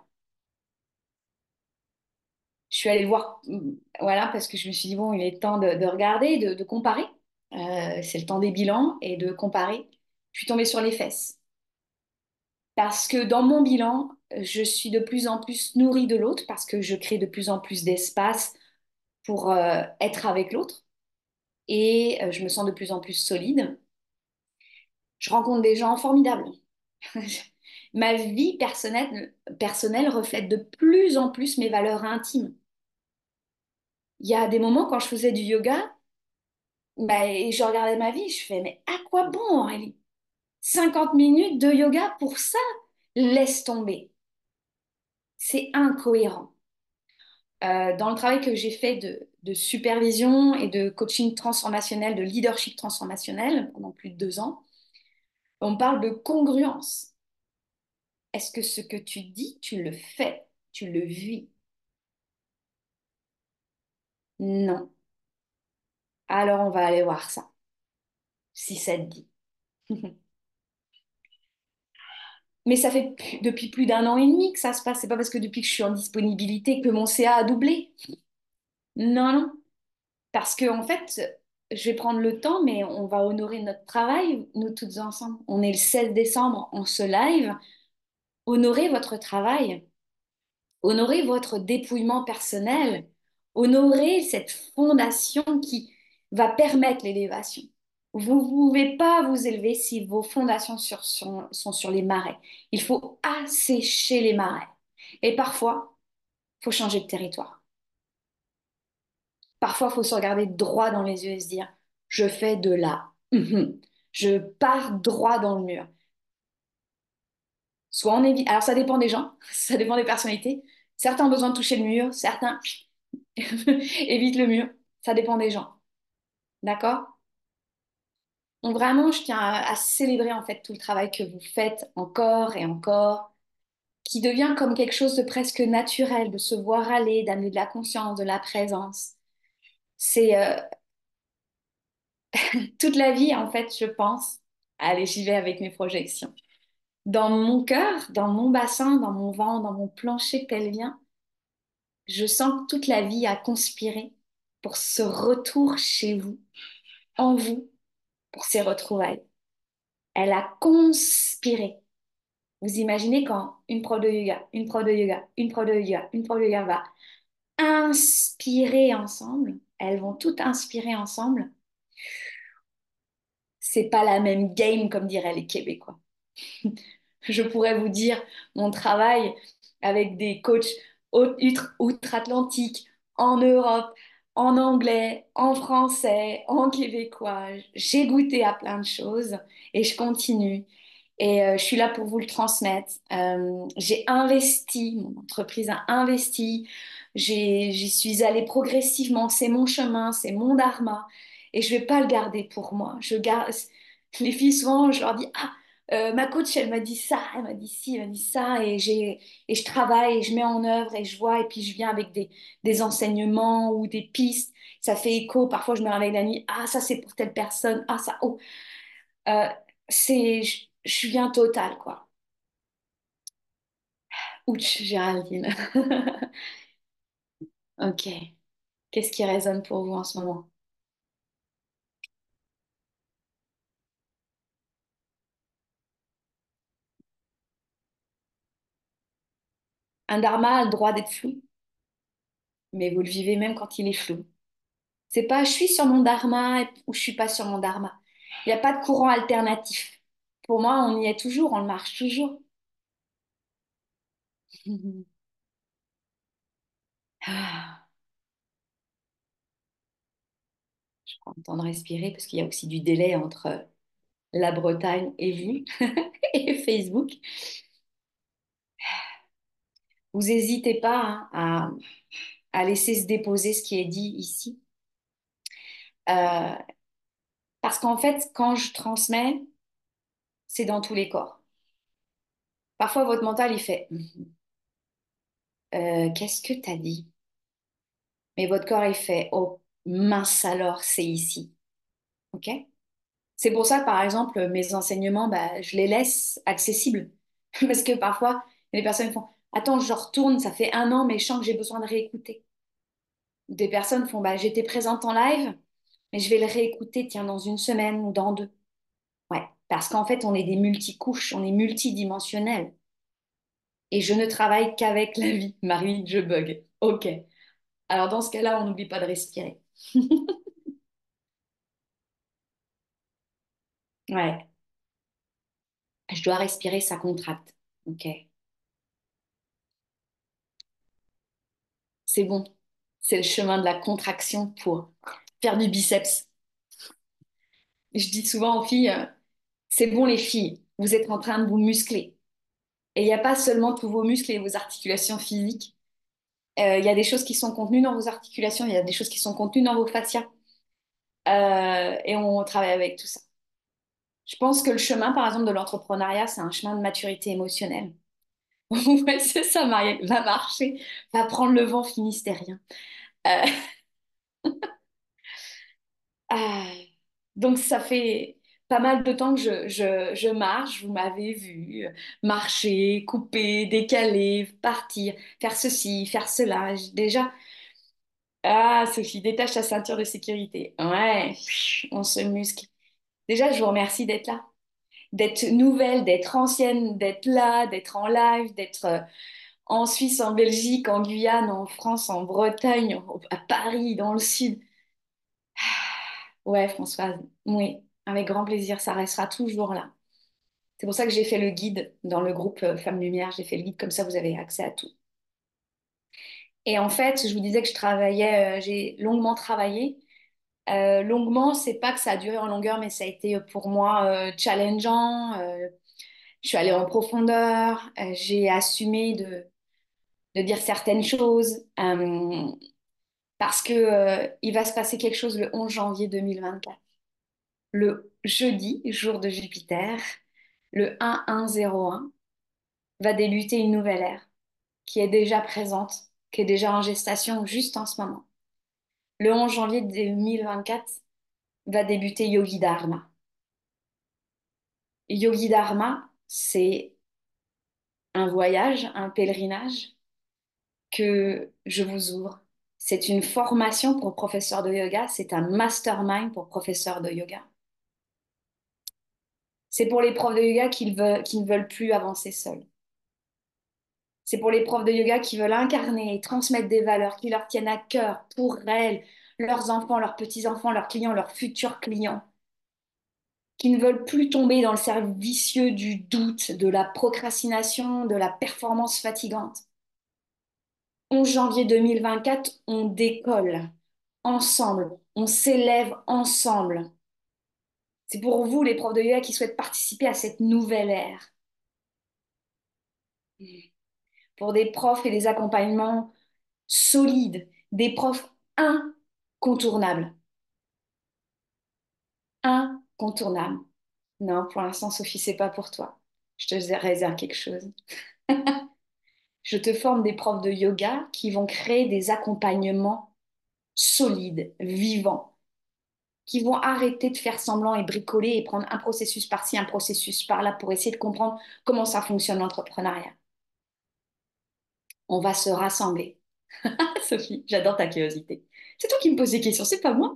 Je suis allée le voir, mm, voilà, parce que je me suis dit, bon, il est temps de, de regarder, de, de comparer. Euh, c'est le temps des bilans et de comparer. Je suis tombée sur les fesses. Parce que dans mon bilan, je suis de plus en plus nourrie de l'autre, parce que je crée de plus en plus d'espace pour euh, être avec l'autre. Et euh, je me sens de plus en plus solide. Je rencontre des gens formidables. Ma vie personnelle, personnelle reflète de plus en plus mes valeurs intimes. Il y a des moments quand je faisais du yoga, bah, et je regardais ma vie, je fais, mais à quoi bon, Aurélie? cinquante minutes de yoga pour ça? Laisse tomber. C'est incohérent. Euh, dans le travail que j'ai fait de, de supervision et de coaching transformationnel, de leadership transformationnel pendant plus de deux ans, on parle de congruence. Est-ce que ce que tu dis, tu le fais, tu le vis? Non. Alors on va aller voir ça, si ça te dit. Mais ça fait plus- depuis plus d'un an et demi que ça se passe. C'est pas parce que depuis que je suis en disponibilité que mon C A a doublé. Non, non. Parce que en fait, je vais prendre le temps, mais on va honorer notre travail, nous toutes ensemble. On est le seize décembre, on se live. Honorez votre travail, honorez votre dépouillement personnel, honorez cette fondation qui va permettre l'élévation. Vous ne pouvez pas vous élever si vos fondations sur- sont, sont sur les marais. Il faut assécher les marais. Et parfois, il faut changer de territoire. Parfois, il faut se regarder droit dans les yeux et se dire, je fais de là. Mhm. Je pars droit dans le mur. Soit on évite. Alors, ça dépend des gens, ça dépend des personnalités. Certains ont besoin de toucher le mur, certains évitent le mur. Ça dépend des gens. D'accord? Donc, vraiment, je tiens à, à célébrer en fait tout le travail que vous faites encore et encore, qui devient comme quelque chose de presque naturel, de se voir aller, d'amener de la conscience, de la présence. C'est euh, toute la vie, en fait, je pense. Allez, j'y vais avec mes projections. Dans mon cœur, dans mon bassin, dans mon ventre, dans mon plancher pelvien, je sens que toute la vie a conspiré pour ce retour chez vous, en vous, pour ces retrouvailles. Elle a conspiré. Vous imaginez quand une prof de yoga, une prof de yoga, une prof de yoga, une prof de yoga va inspirer ensemble, elles vont toutes inspirer ensemble. C'est pas la même game, comme diraient les Québécois. Je pourrais vous dire mon travail avec des coachs outre- outre-Atlantique, en Europe, en anglais, en français, en québécois. J'ai goûté à plein de choses et je continue. Et euh, je suis là pour vous le transmettre. Euh, j'ai investi, mon entreprise a investi, j'ai, j'y suis allée progressivement. C'est mon chemin, c'est mon dharma. Et je vais pas le garder pour moi. Je garde... Les filles, souvent, je leur dis, ah, euh, ma coach, elle m'a dit ça, elle m'a dit ci, elle m'a dit ça, et j'ai, et je travaille, et je mets en œuvre, et je vois, et puis je viens avec des, des enseignements ou des pistes. Ça fait écho. Parfois, je me réveille la nuit, ah, ça, c'est pour telle personne, ah, ça, oh. Euh, c'est, je, je viens total, quoi. Ouch, Géraldine. Ok. Qu'est-ce qui résonne pour vous en ce moment? Un dharma a le droit d'être flou, mais vous le vivez même quand il est flou. C'est pas je suis sur mon dharma ou je suis pas sur mon dharma. Il n'y a pas de courant alternatif. Pour moi, on y est toujours, on le marche toujours. Ah, je prends le temps de respirer parce qu'il y a aussi du délai entre la Bretagne et vous et Facebook. Vous n'hésitez pas hein, à, à laisser se déposer ce qui est dit ici. Euh, Parce qu'en fait, quand je transmets, c'est dans tous les corps. Parfois, votre mental, il fait Euh, qu'est-ce que t'as dit? Mais votre corps, il fait oh mince alors, c'est ici. OK? C'est pour ça, par exemple, mes enseignements, bah, je les laisse accessibles. Parce que parfois, les personnes font attends, je retourne, ça fait un an, mais je sens que j'ai besoin de réécouter. Des personnes font bah, j'étais présente en live, mais je vais le réécouter, tiens, dans une semaine ou dans deux. Ouais, parce qu'en fait, on est des multicouches, on est multidimensionnels. Et je ne travaille qu'avec la vie. Marie, je bug. OK. Alors, dans ce cas-là, on n'oublie pas de respirer. Ouais, je dois respirer, ça contracte. OK. C'est bon. C'est le chemin de la contraction pour faire du biceps. Je dis souvent aux filles, euh, c'est bon les filles, vous êtes en train de vous muscler. Et il n'y a pas seulement tous vos muscles et vos articulations physiques. Euh, Il y a des choses qui sont contenues dans vos articulations, il y a des choses qui sont contenues dans vos fascias. Euh, et on travaille avec tout ça. Je pense que le chemin, par exemple, de l'entrepreneuriat, c'est un chemin de maturité émotionnelle. Ouais, c'est ça, Marielle. Va marcher, va prendre le vent finistérien. Euh, ah, donc, ça fait pas mal de temps que je, je, je marche. Vous m'avez vu marcher, couper, décaler, partir, faire ceci, faire cela. J'ai Déjà, ah, Sophie, détache ta ceinture de sécurité. Ouais, on se muscle. Déjà, je vous remercie d'être là, d'être nouvelle, d'être ancienne, d'être là, d'être en live, d'être euh, en Suisse, en Belgique, en Guyane, en France, en Bretagne, au- à Paris, dans le sud. Ouais, Françoise, oui, avec grand plaisir, ça restera toujours là. C'est pour ça que j'ai fait le guide dans le groupe euh, Femmes Lumière. J'ai fait le guide comme ça, vous avez accès à tout. Et en fait, je vous disais que je travaillais, euh, j'ai longuement travaillé. Euh, longuement, c'est pas que ça a duré en longueur, mais ça a été euh, pour moi euh, challengeant. Euh, je suis allée en profondeur. Euh, j'ai assumé de, de dire certaines choses euh, parce que euh, il va se passer quelque chose le onze janvier deux mille vingt-quatre. Le jeudi, jour de Jupiter, le mille cent un va débuter une nouvelle ère qui est déjà présente, qui est déjà en gestation juste en ce moment. Le onze janvier deux mille vingt-quatre va débuter Yogi Dharma. Yogi Dharma, c'est un voyage, un pèlerinage que je vous ouvre. C'est une formation pour professeur de yoga, c'est un mastermind pour professeur de yoga. C'est pour les profs de yoga qui, veulent, qui ne veulent plus avancer seuls. C'est pour les profs de yoga qui veulent incarner et transmettre des valeurs qui leur tiennent à cœur pour elles, leurs enfants, leurs petits-enfants, leurs clients, leurs futurs clients, qui ne veulent plus tomber dans le cercle vicieux du doute, de la procrastination, de la performance fatigante. onze janvier deux mille vingt-quatre, on décolle ensemble, on s'élève ensemble. C'est pour vous, les profs de yoga, qui souhaitent participer à cette nouvelle ère. Pour des profs et des accompagnements solides, des profs incontournables. Incontournables. Non, pour l'instant, Sophie, c'est pas pour toi. Je te réserve quelque chose. Je te forme des profs de yoga qui vont créer des accompagnements solides, vivants, qui vont arrêter de faire semblant et bricoler et prendre un processus par-ci, un processus par-là pour essayer de comprendre comment ça fonctionne l'entrepreneuriat. On va se rassembler. Sophie, j'adore ta curiosité. C'est toi qui me poses des questions, c'est pas moi.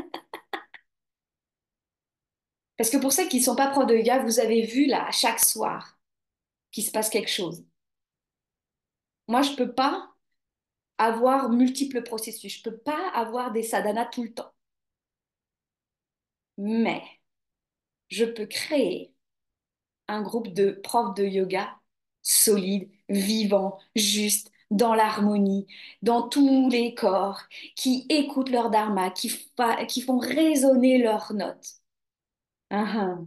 Parce que pour celles qui ne sont pas profs de yoga, vous avez vu là, chaque soir, qu'il se passe quelque chose. Moi, je ne peux pas avoir multiples processus. Je ne peux pas avoir des sadhanas tout le temps. Mais je peux créer un groupe de profs de yoga solides, vivants, justes, dans l'harmonie, dans tous les corps, qui écoutent leur dharma, qui, fa- qui font résonner leurs notes. Uhum.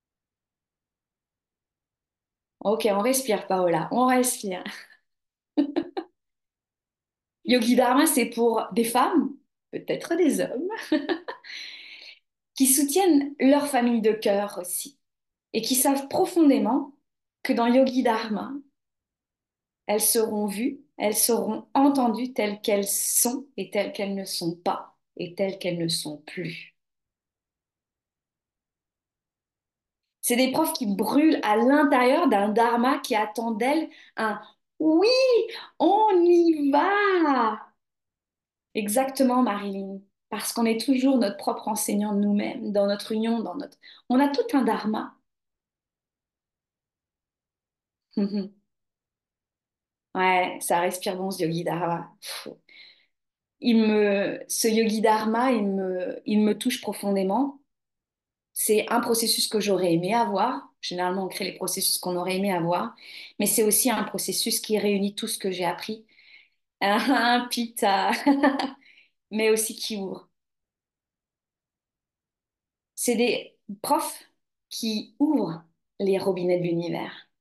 Ok, on respire, Paola, on respire. Yogi Dharma, c'est pour des femmes, peut-être des hommes, qui soutiennent leur famille de cœur aussi et qui savent profondément que dans Yogi Dharma, elles seront vues, elles seront entendues telles qu'elles sont et telles qu'elles ne sont pas et telles qu'elles ne sont plus. C'est des profs qui brûlent à l'intérieur d'un dharma qui attend d'elles un oui, on y va. Exactement, Marilyn. Parce qu'on est toujours notre propre enseignant de nous-mêmes, dans notre union, dans notre... On a tout un dharma. Ouais, ça respire bon ce yogi dharma. Pff. Il me... Ce yogi dharma, il me... il me touche profondément. C'est un processus que j'aurais aimé avoir. Généralement, on crée les processus qu'on aurait aimé avoir. Mais c'est aussi un processus qui réunit tout ce que j'ai appris. Un pita, mais aussi qui ouvre. C'est des profs qui ouvrent les robinets de l'univers.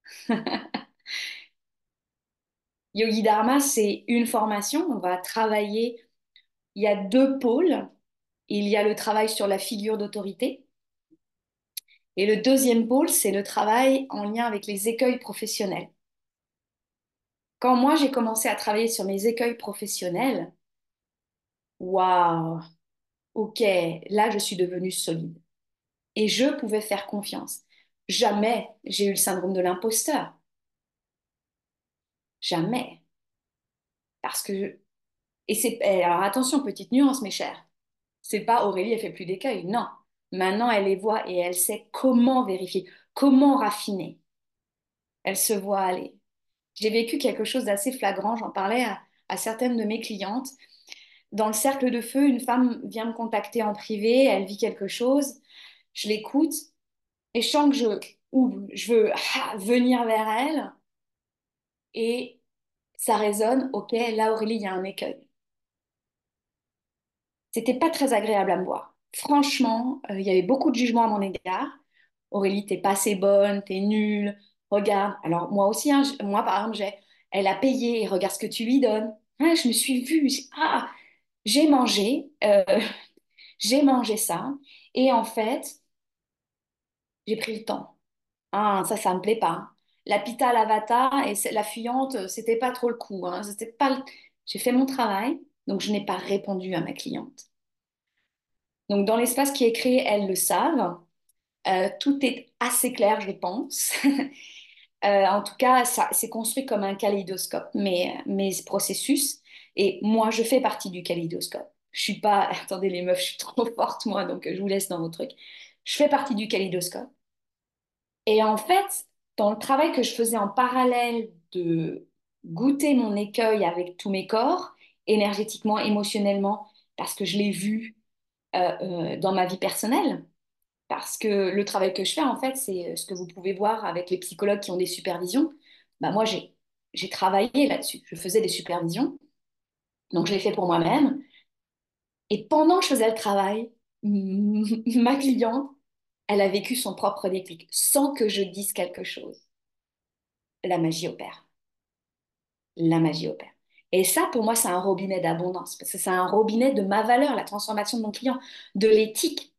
Yogi Dharma, c'est une formation. On va travailler. Il y a deux pôles. Il y a le travail sur la figure d'autorité. Et le deuxième pôle, c'est le travail en lien avec les écueils professionnels. Quand moi, j'ai commencé à travailler sur mes écueils professionnels, waouh, ok, là, je suis devenue solide. Et je pouvais faire confiance. Jamais j'ai eu le syndrome de l'imposteur. Jamais. Parce que... Et c'est... eh, alors attention, petite nuance, mes chers. C'est pas Aurélie, elle fait plus d'écueils. Non. Maintenant, elle les voit et elle sait comment vérifier, comment raffiner. Elle se voit aller. J'ai vécu quelque chose d'assez flagrant. J'en parlais à, à certaines de mes clientes. Dans le cercle de feu, une femme vient me contacter en privé, elle vit quelque chose. Je l'écoute et je sens que je, ouvre, je veux ah, venir vers elle et ça résonne. Ok, là, Aurélie, il y a un écueil. C'était pas très agréable à me voir. Franchement, euh, il y avait beaucoup de jugements à mon égard. Aurélie, t'es pas assez bonne, t'es nulle. Regarde. Alors moi aussi, hein, j- moi par exemple, j'ai, elle a payé et regarde ce que tu lui donnes. Ah, je me suis vue. j'ai- Ah, j'ai mangé, euh, j'ai mangé ça. Et en fait, j'ai pris le temps. Ah, ça, ça me plaît pas. La pita à la vata et c'est- la fuyante, euh, c'était pas trop le coup. Hein. C'était pas le- J'ai fait mon travail, donc je n'ai pas répondu à ma cliente. Donc dans l'espace qui est créé, elles le savent. Euh, tout est assez clair, je pense. Euh, en tout cas, ça, c'est construit comme un kaléidoscope, mes, mes processus. Et moi, je fais partie du kaléidoscope. Je suis pas... Attendez, les meufs, je suis trop forte, moi, donc euh, je vous laisse dans vos trucs. Je fais partie du kaléidoscope. Et en fait, dans le travail que je faisais en parallèle de goûter mon écueil avec tous mes corps, énergétiquement, émotionnellement, parce que je l'ai vu euh, euh, dans ma vie personnelle, parce que le travail que je fais, en fait, c'est euh, ce que vous pouvez voir avec les psychologues qui ont des supervisions. Bah, moi, j'ai, j'ai travaillé là-dessus. Je faisais des supervisions. Donc, je l'ai fait pour moi-même. Et pendant que je faisais le travail, ma cliente, elle a vécu son propre déclic sans que je dise quelque chose. La magie opère. La magie opère. Et ça, pour moi, c'est un robinet d'abondance. Parce que c'est un robinet de ma valeur, la transformation de mon client, de l'éthique.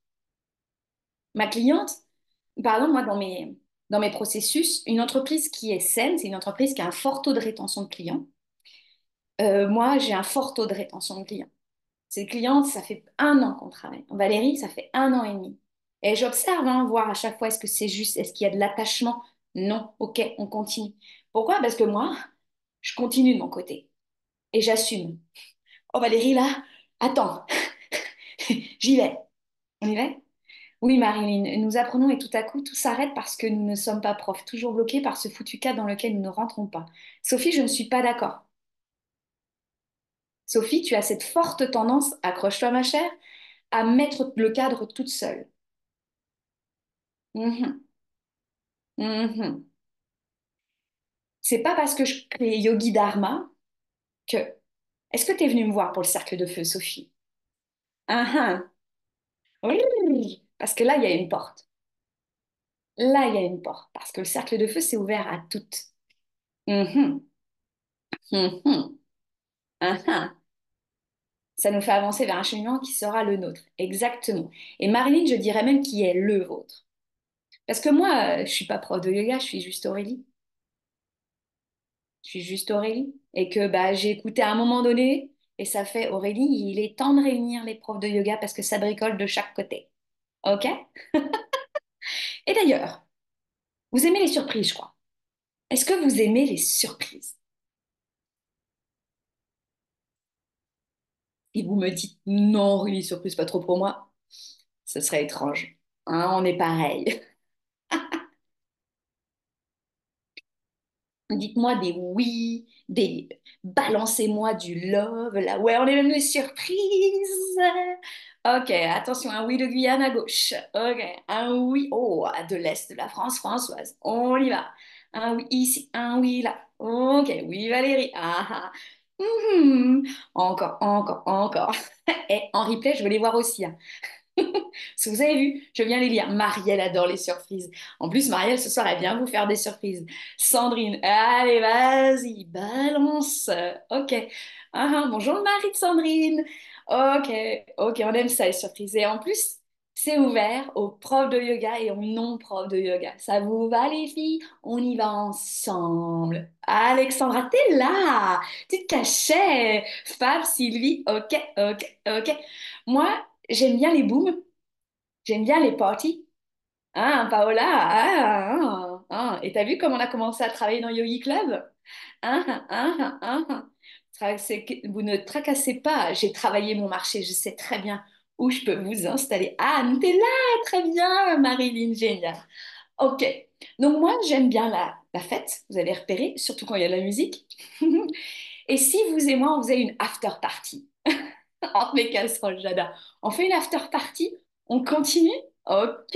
Ma cliente, par exemple, moi, dans mes, dans mes processus, une entreprise qui est saine, c'est une entreprise qui a un fort taux de rétention de clients. Euh, moi, j'ai un fort taux de rétention de clients. Ces clientes, ça fait un an qu'on travaille. Valérie, ça fait un an et demi. Et j'observe, hein, voir à chaque fois, est-ce que c'est juste, est-ce qu'il y a de l'attachement? Non, ok, on continue. Pourquoi? Parce que moi, je continue de mon côté et j'assume. Oh Valérie, là, attends, j'y vais. On y va? Oui, Marilyn, nous apprenons et tout à coup, tout s'arrête parce que nous ne sommes pas profs, toujours bloqués par ce foutu cadre dans lequel nous ne rentrons pas. Sophie, je ne suis pas d'accord. Sophie, tu as cette forte tendance, accroche-toi ma chère, à mettre le cadre toute seule. Mhm, mhm. C'est pas parce que je crée Yogi Dharma que... Est-ce que tu es venue me voir pour le cercle de feu, Sophie? Ah, ah. Oui, parce que là, il y a une porte. Là, il y a une porte. Parce que le cercle de feu, c'est ouvert à toutes. Mhm, mhm. Hein, hein. Ça nous fait avancer vers un cheminement qui sera le nôtre. Exactement. Et Marilyn, je dirais même qui est le vôtre. Parce que moi, euh, je suis pas prof de yoga, je suis juste Aurélie. Je suis juste Aurélie. Et que bah, j'ai écouté à un moment donné, et ça fait Aurélie, il est temps de réunir les profs de yoga parce que ça bricole de chaque côté. OK? Et d'ailleurs, vous aimez les surprises, je crois. Est-ce que vous aimez les surprises? Et vous me dites non, Aurélie, surprise, pas trop pour moi. Ce serait étrange. Hein, on est pareil. Dites-moi des oui, des balancez-moi du love, là. Ouais, on est même les surprises. Ok, attention, un oui de Guyane à gauche. Ok, un oui, oh, de l'Est de la France, Françoise. On y va. Un oui ici, un oui là. Ok, oui Valérie. Ah, ah. Mhm. Encore, encore, encore. Et en replay, je veux les voir aussi, hein. Si vous avez vu, je viens les lire. Marielle adore les surprises. En plus, Marielle, ce soir, elle vient vous faire des surprises. Sandrine, allez, vas-y, balance. Ok. Ah, ah, bonjour, le mari de Sandrine. Ok, ok, on aime ça, les surprises. Et en plus, c'est ouvert aux profs de yoga et aux non-profs de yoga. Ça vous va, les filles? On y va ensemble. Alexandra, t'es là. Tu te cachais. Fab, Sylvie, ok, ok, ok. Moi, j'aime bien les booms. J'aime bien les parties. Ah, Paola, ah, ah, ah. Et t'as vu comment on a commencé à travailler dans Yogi Club? Ah, ah, ah, ah, ah. Tra- c'est que- Vous ne tracassez pas, j'ai travaillé mon marché, je sais très bien où je peux vous installer. Ah, t'es là, très bien, Marilyn, génial. Ok, donc moi j'aime bien la, la fête, vous avez repéré, surtout quand il y a de la musique. Et si vous et moi, on faisait une after party? Entre les casseroles, j'adore. On fait une after party, on continue? Ok.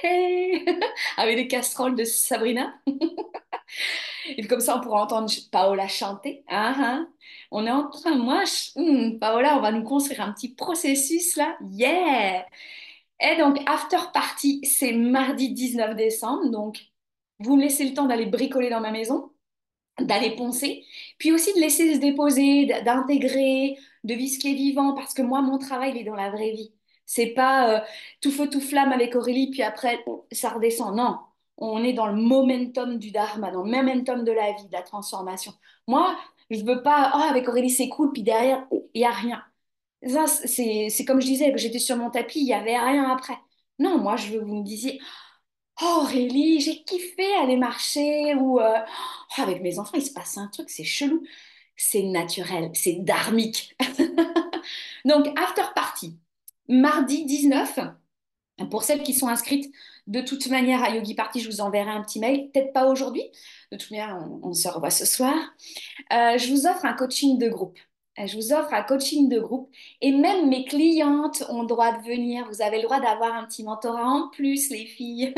Avec les casseroles de Sabrina. Et comme ça, on pourra entendre Paola chanter. Ah, ah. On est en train, moi, je- hmm, Paola, on va nous construire un petit processus là. Yeah! Et donc, after party, c'est mardi dix-neuf décembre. Donc, vous me laissez le temps d'aller bricoler dans ma maison, d'aller poncer, puis aussi de laisser se déposer, d- d'intégrer, de vivre ce qui est vivant, parce que moi, mon travail, il est dans la vraie vie. C'est pas euh, tout feu, tout flamme avec Aurélie, puis après, oh, ça redescend. Non, on est dans le momentum du dharma, dans le momentum de la vie, de la transformation. Moi, je veux pas, oh, avec Aurélie, c'est cool, puis derrière, il y a rien. Ça, c'est, c'est comme je disais, que j'étais sur mon tapis, il y avait rien après. Non, moi, je veux que vous me disiez, oh Aurélie, j'ai kiffé aller marcher ou euh, oh, avec mes enfants, il se passe un truc, c'est chelou. C'est naturel, c'est dharmique. Donc, after party, mardi dix-neuf, pour celles qui sont inscrites de toute manière à Yogi Party, je vous enverrai un petit mail, peut-être pas aujourd'hui, de toute manière, on, on se revoit ce soir. Euh, je vous offre un coaching de groupe. Euh, Je vous offre un coaching de groupe et même mes clientes ont le droit de venir. Vous avez le droit d'avoir un petit mentorat en plus, les filles.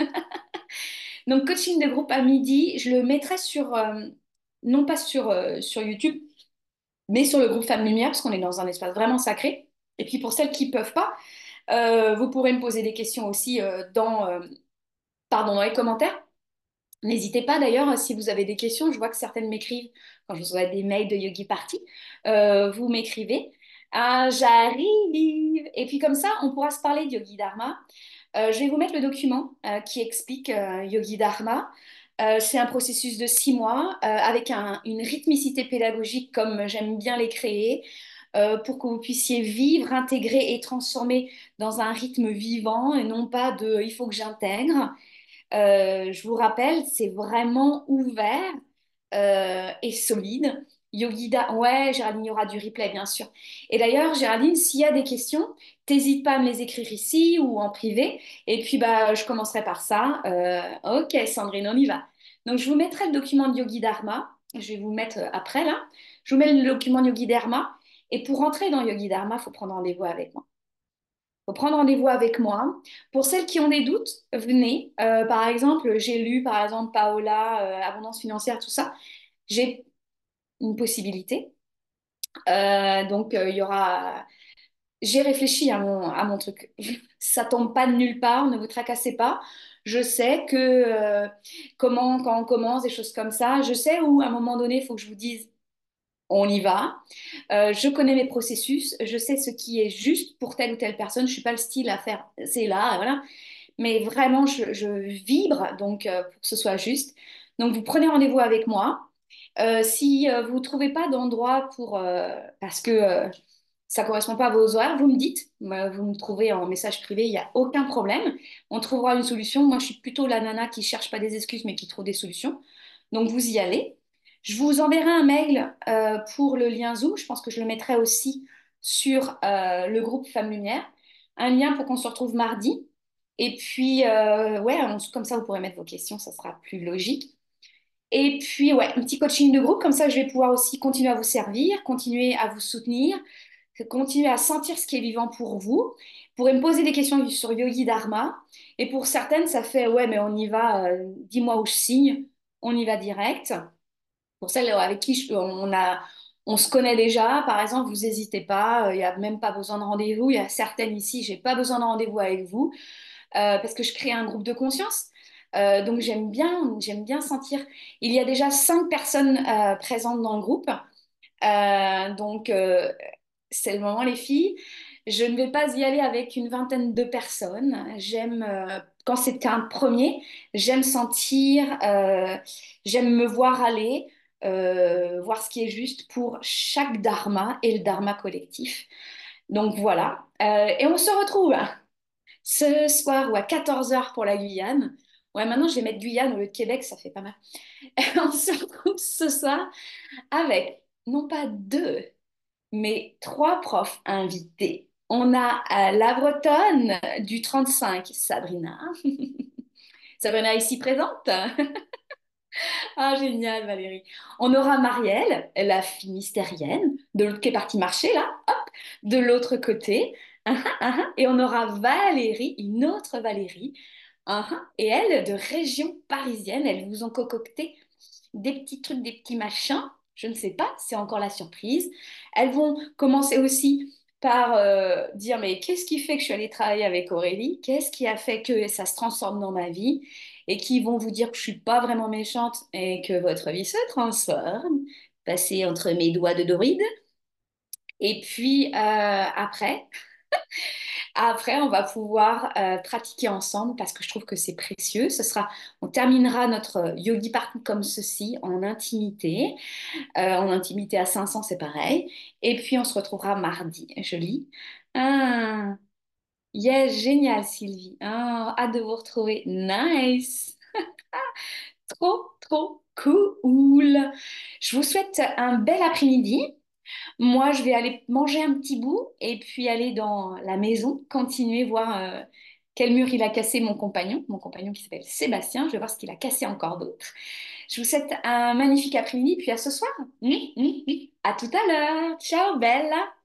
Donc, coaching de groupe à midi, je le mettrai sur, euh, non pas sur, euh, sur YouTube, mais sur le groupe Femmes Lumière, parce qu'on est dans un espace vraiment sacré. Et puis, pour celles qui ne peuvent pas, euh, vous pourrez me poser des questions aussi euh, dans, euh, pardon, dans les commentaires. N'hésitez pas d'ailleurs, si vous avez des questions, je vois que certaines m'écrivent quand je reçois des mails de Yogi Party, euh, vous m'écrivez. Ah, j'arrive! Et puis comme ça, on pourra se parler de Yogi Dharma. Euh, je vais vous mettre le document euh, qui explique euh, Yogi Dharma. Euh, c'est un processus de six mois euh, avec un- une rythmicité pédagogique comme j'aime bien les créer euh, pour que vous puissiez vivre, intégrer et transformer dans un rythme vivant et non pas de il faut que j'intègre. Euh, je vous rappelle, c'est vraiment ouvert euh, et solide. Yogida, ouais, Géraldine, il y aura du replay, bien sûr. Et d'ailleurs, Géraldine, s'il y a des questions, t'hésites pas à me les écrire ici ou en privé. Et puis, bah, je commencerai par ça. Euh, ok, Sandrine, on y va. Donc, je vous mettrai le document de Yogi Dharma. Je vais vous le mettre euh, après, là. Je vous mets le document de Yogi Dharma. Et pour rentrer dans Yogi Dharma, il faut prendre rendez-vous avec moi faut prendre rendez-vous avec moi. Pour celles qui ont des doutes, venez. Euh, par exemple, j'ai lu, par exemple, Paola, euh, Abondance financière, tout ça. J'ai une possibilité. Euh, donc, euh, il y aura... J'ai réfléchi à mon, à mon truc. Ça tombe pas de nulle part, ne vous tracassez pas. Je sais que euh, comment, quand on commence, des choses comme ça, je sais où, à un moment donné, il faut que je vous dise, on y va. Euh, je connais mes processus, je sais ce qui est juste pour telle ou telle personne. Je suis pas le style à faire, c'est là, voilà. Mais vraiment, je, je vibre donc euh, pour que ce soit juste. Donc, vous prenez rendez-vous avec moi. Euh, si euh, vous ne trouvez pas d'endroit pour euh, parce que euh, ça correspond pas à vos horaires, vous me dites. Moi, vous me trouvez en message privé, il n'y a aucun problème. On trouvera une solution. Moi, je suis plutôt la nana qui cherche pas des excuses, mais qui trouve des solutions. Donc, vous y allez. Je vous enverrai un mail euh, pour le lien Zoom. Je pense que je le mettrai aussi sur euh, le groupe Femmes Lumière. Un lien pour qu'on se retrouve mardi. Et puis, euh, ouais, on- comme ça, vous pourrez mettre vos questions, ça sera plus logique. Et puis, ouais, un petit coaching de groupe, comme ça, je vais pouvoir aussi continuer à vous servir, continuer à vous soutenir, continuer à sentir ce qui est vivant pour vous. Vous pourrez me poser des questions sur Yogi Dharma. Et pour certaines, ça fait, ouais, mais on y va, euh, dis-moi où je signe, on y va direct. Pour celles avec qui je- on a, on se connaît déjà, par exemple, vous n'hésitez pas, euh, il n'y a même pas besoin de rendez-vous. Il y a certaines ici, j'ai pas besoin de rendez-vous avec vous euh, parce que je crée un groupe de conscience. Euh, donc j'aime bien, j'aime bien sentir. Il y a déjà cinq personnes euh, présentes dans le groupe. Euh, donc euh, c'est le moment, les filles. Je ne vais pas y aller avec une vingtaine de personnes. J'aime, euh, quand c'est un premier, j'aime sentir, euh, j'aime me voir aller, euh, voir ce qui est juste pour chaque dharma et le dharma collectif. Donc voilà. Euh, et on se retrouve ce soir ou à quatorze heures pour la Guyane. Ouais, maintenant je vais mettre Guyane au lieu de Québec, ça fait pas mal. On se retrouve ce soir avec non pas deux, mais trois profs invités. On a euh, la Bretonne du trente-cinq, Sabrina. Sabrina ici présente. Ah, génial, Valérie. On aura Marielle, la fille mystérienne, de l'autre qui est partie marcher, là, hop, de l'autre côté. Ah, ah, ah. Et on aura Valérie, une autre Valérie. Ah, ah. Et elle, de région parisienne, elles vous ont concocté des petits trucs, des petits machins. Je ne sais pas, c'est encore la surprise. Elles vont commencer aussi par euh, dire, mais qu'est-ce qui fait que je suis allée travailler avec Aurélie? Qu'est-ce qui a fait que ça se transforme dans ma vie? Et qui vont vous dire que je suis pas vraiment méchante et que votre vie se transforme. Passez entre mes doigts de Doride. Et puis euh, après, après, on va pouvoir euh, pratiquer ensemble parce que je trouve que c'est précieux. Ce sera, on terminera notre yogi party comme ceci en intimité. Euh, en intimité à cinq cents, c'est pareil. Et puis, on se retrouvera mardi. Je lis. Ah, yes, génial, Sylvie. Ah, hâte de vous retrouver. Nice. Trop, trop cool. Je vous souhaite un bel après-midi. Moi, je vais aller manger un petit bout et puis aller dans la maison, continuer voir euh, quel mur il a cassé mon compagnon, mon compagnon qui s'appelle Sébastien. Je vais voir ce qu'il a cassé encore d'autre. Je vous souhaite un magnifique après-midi, puis à ce soir. Oui, oui, oui. À tout à l'heure. Ciao, Bella.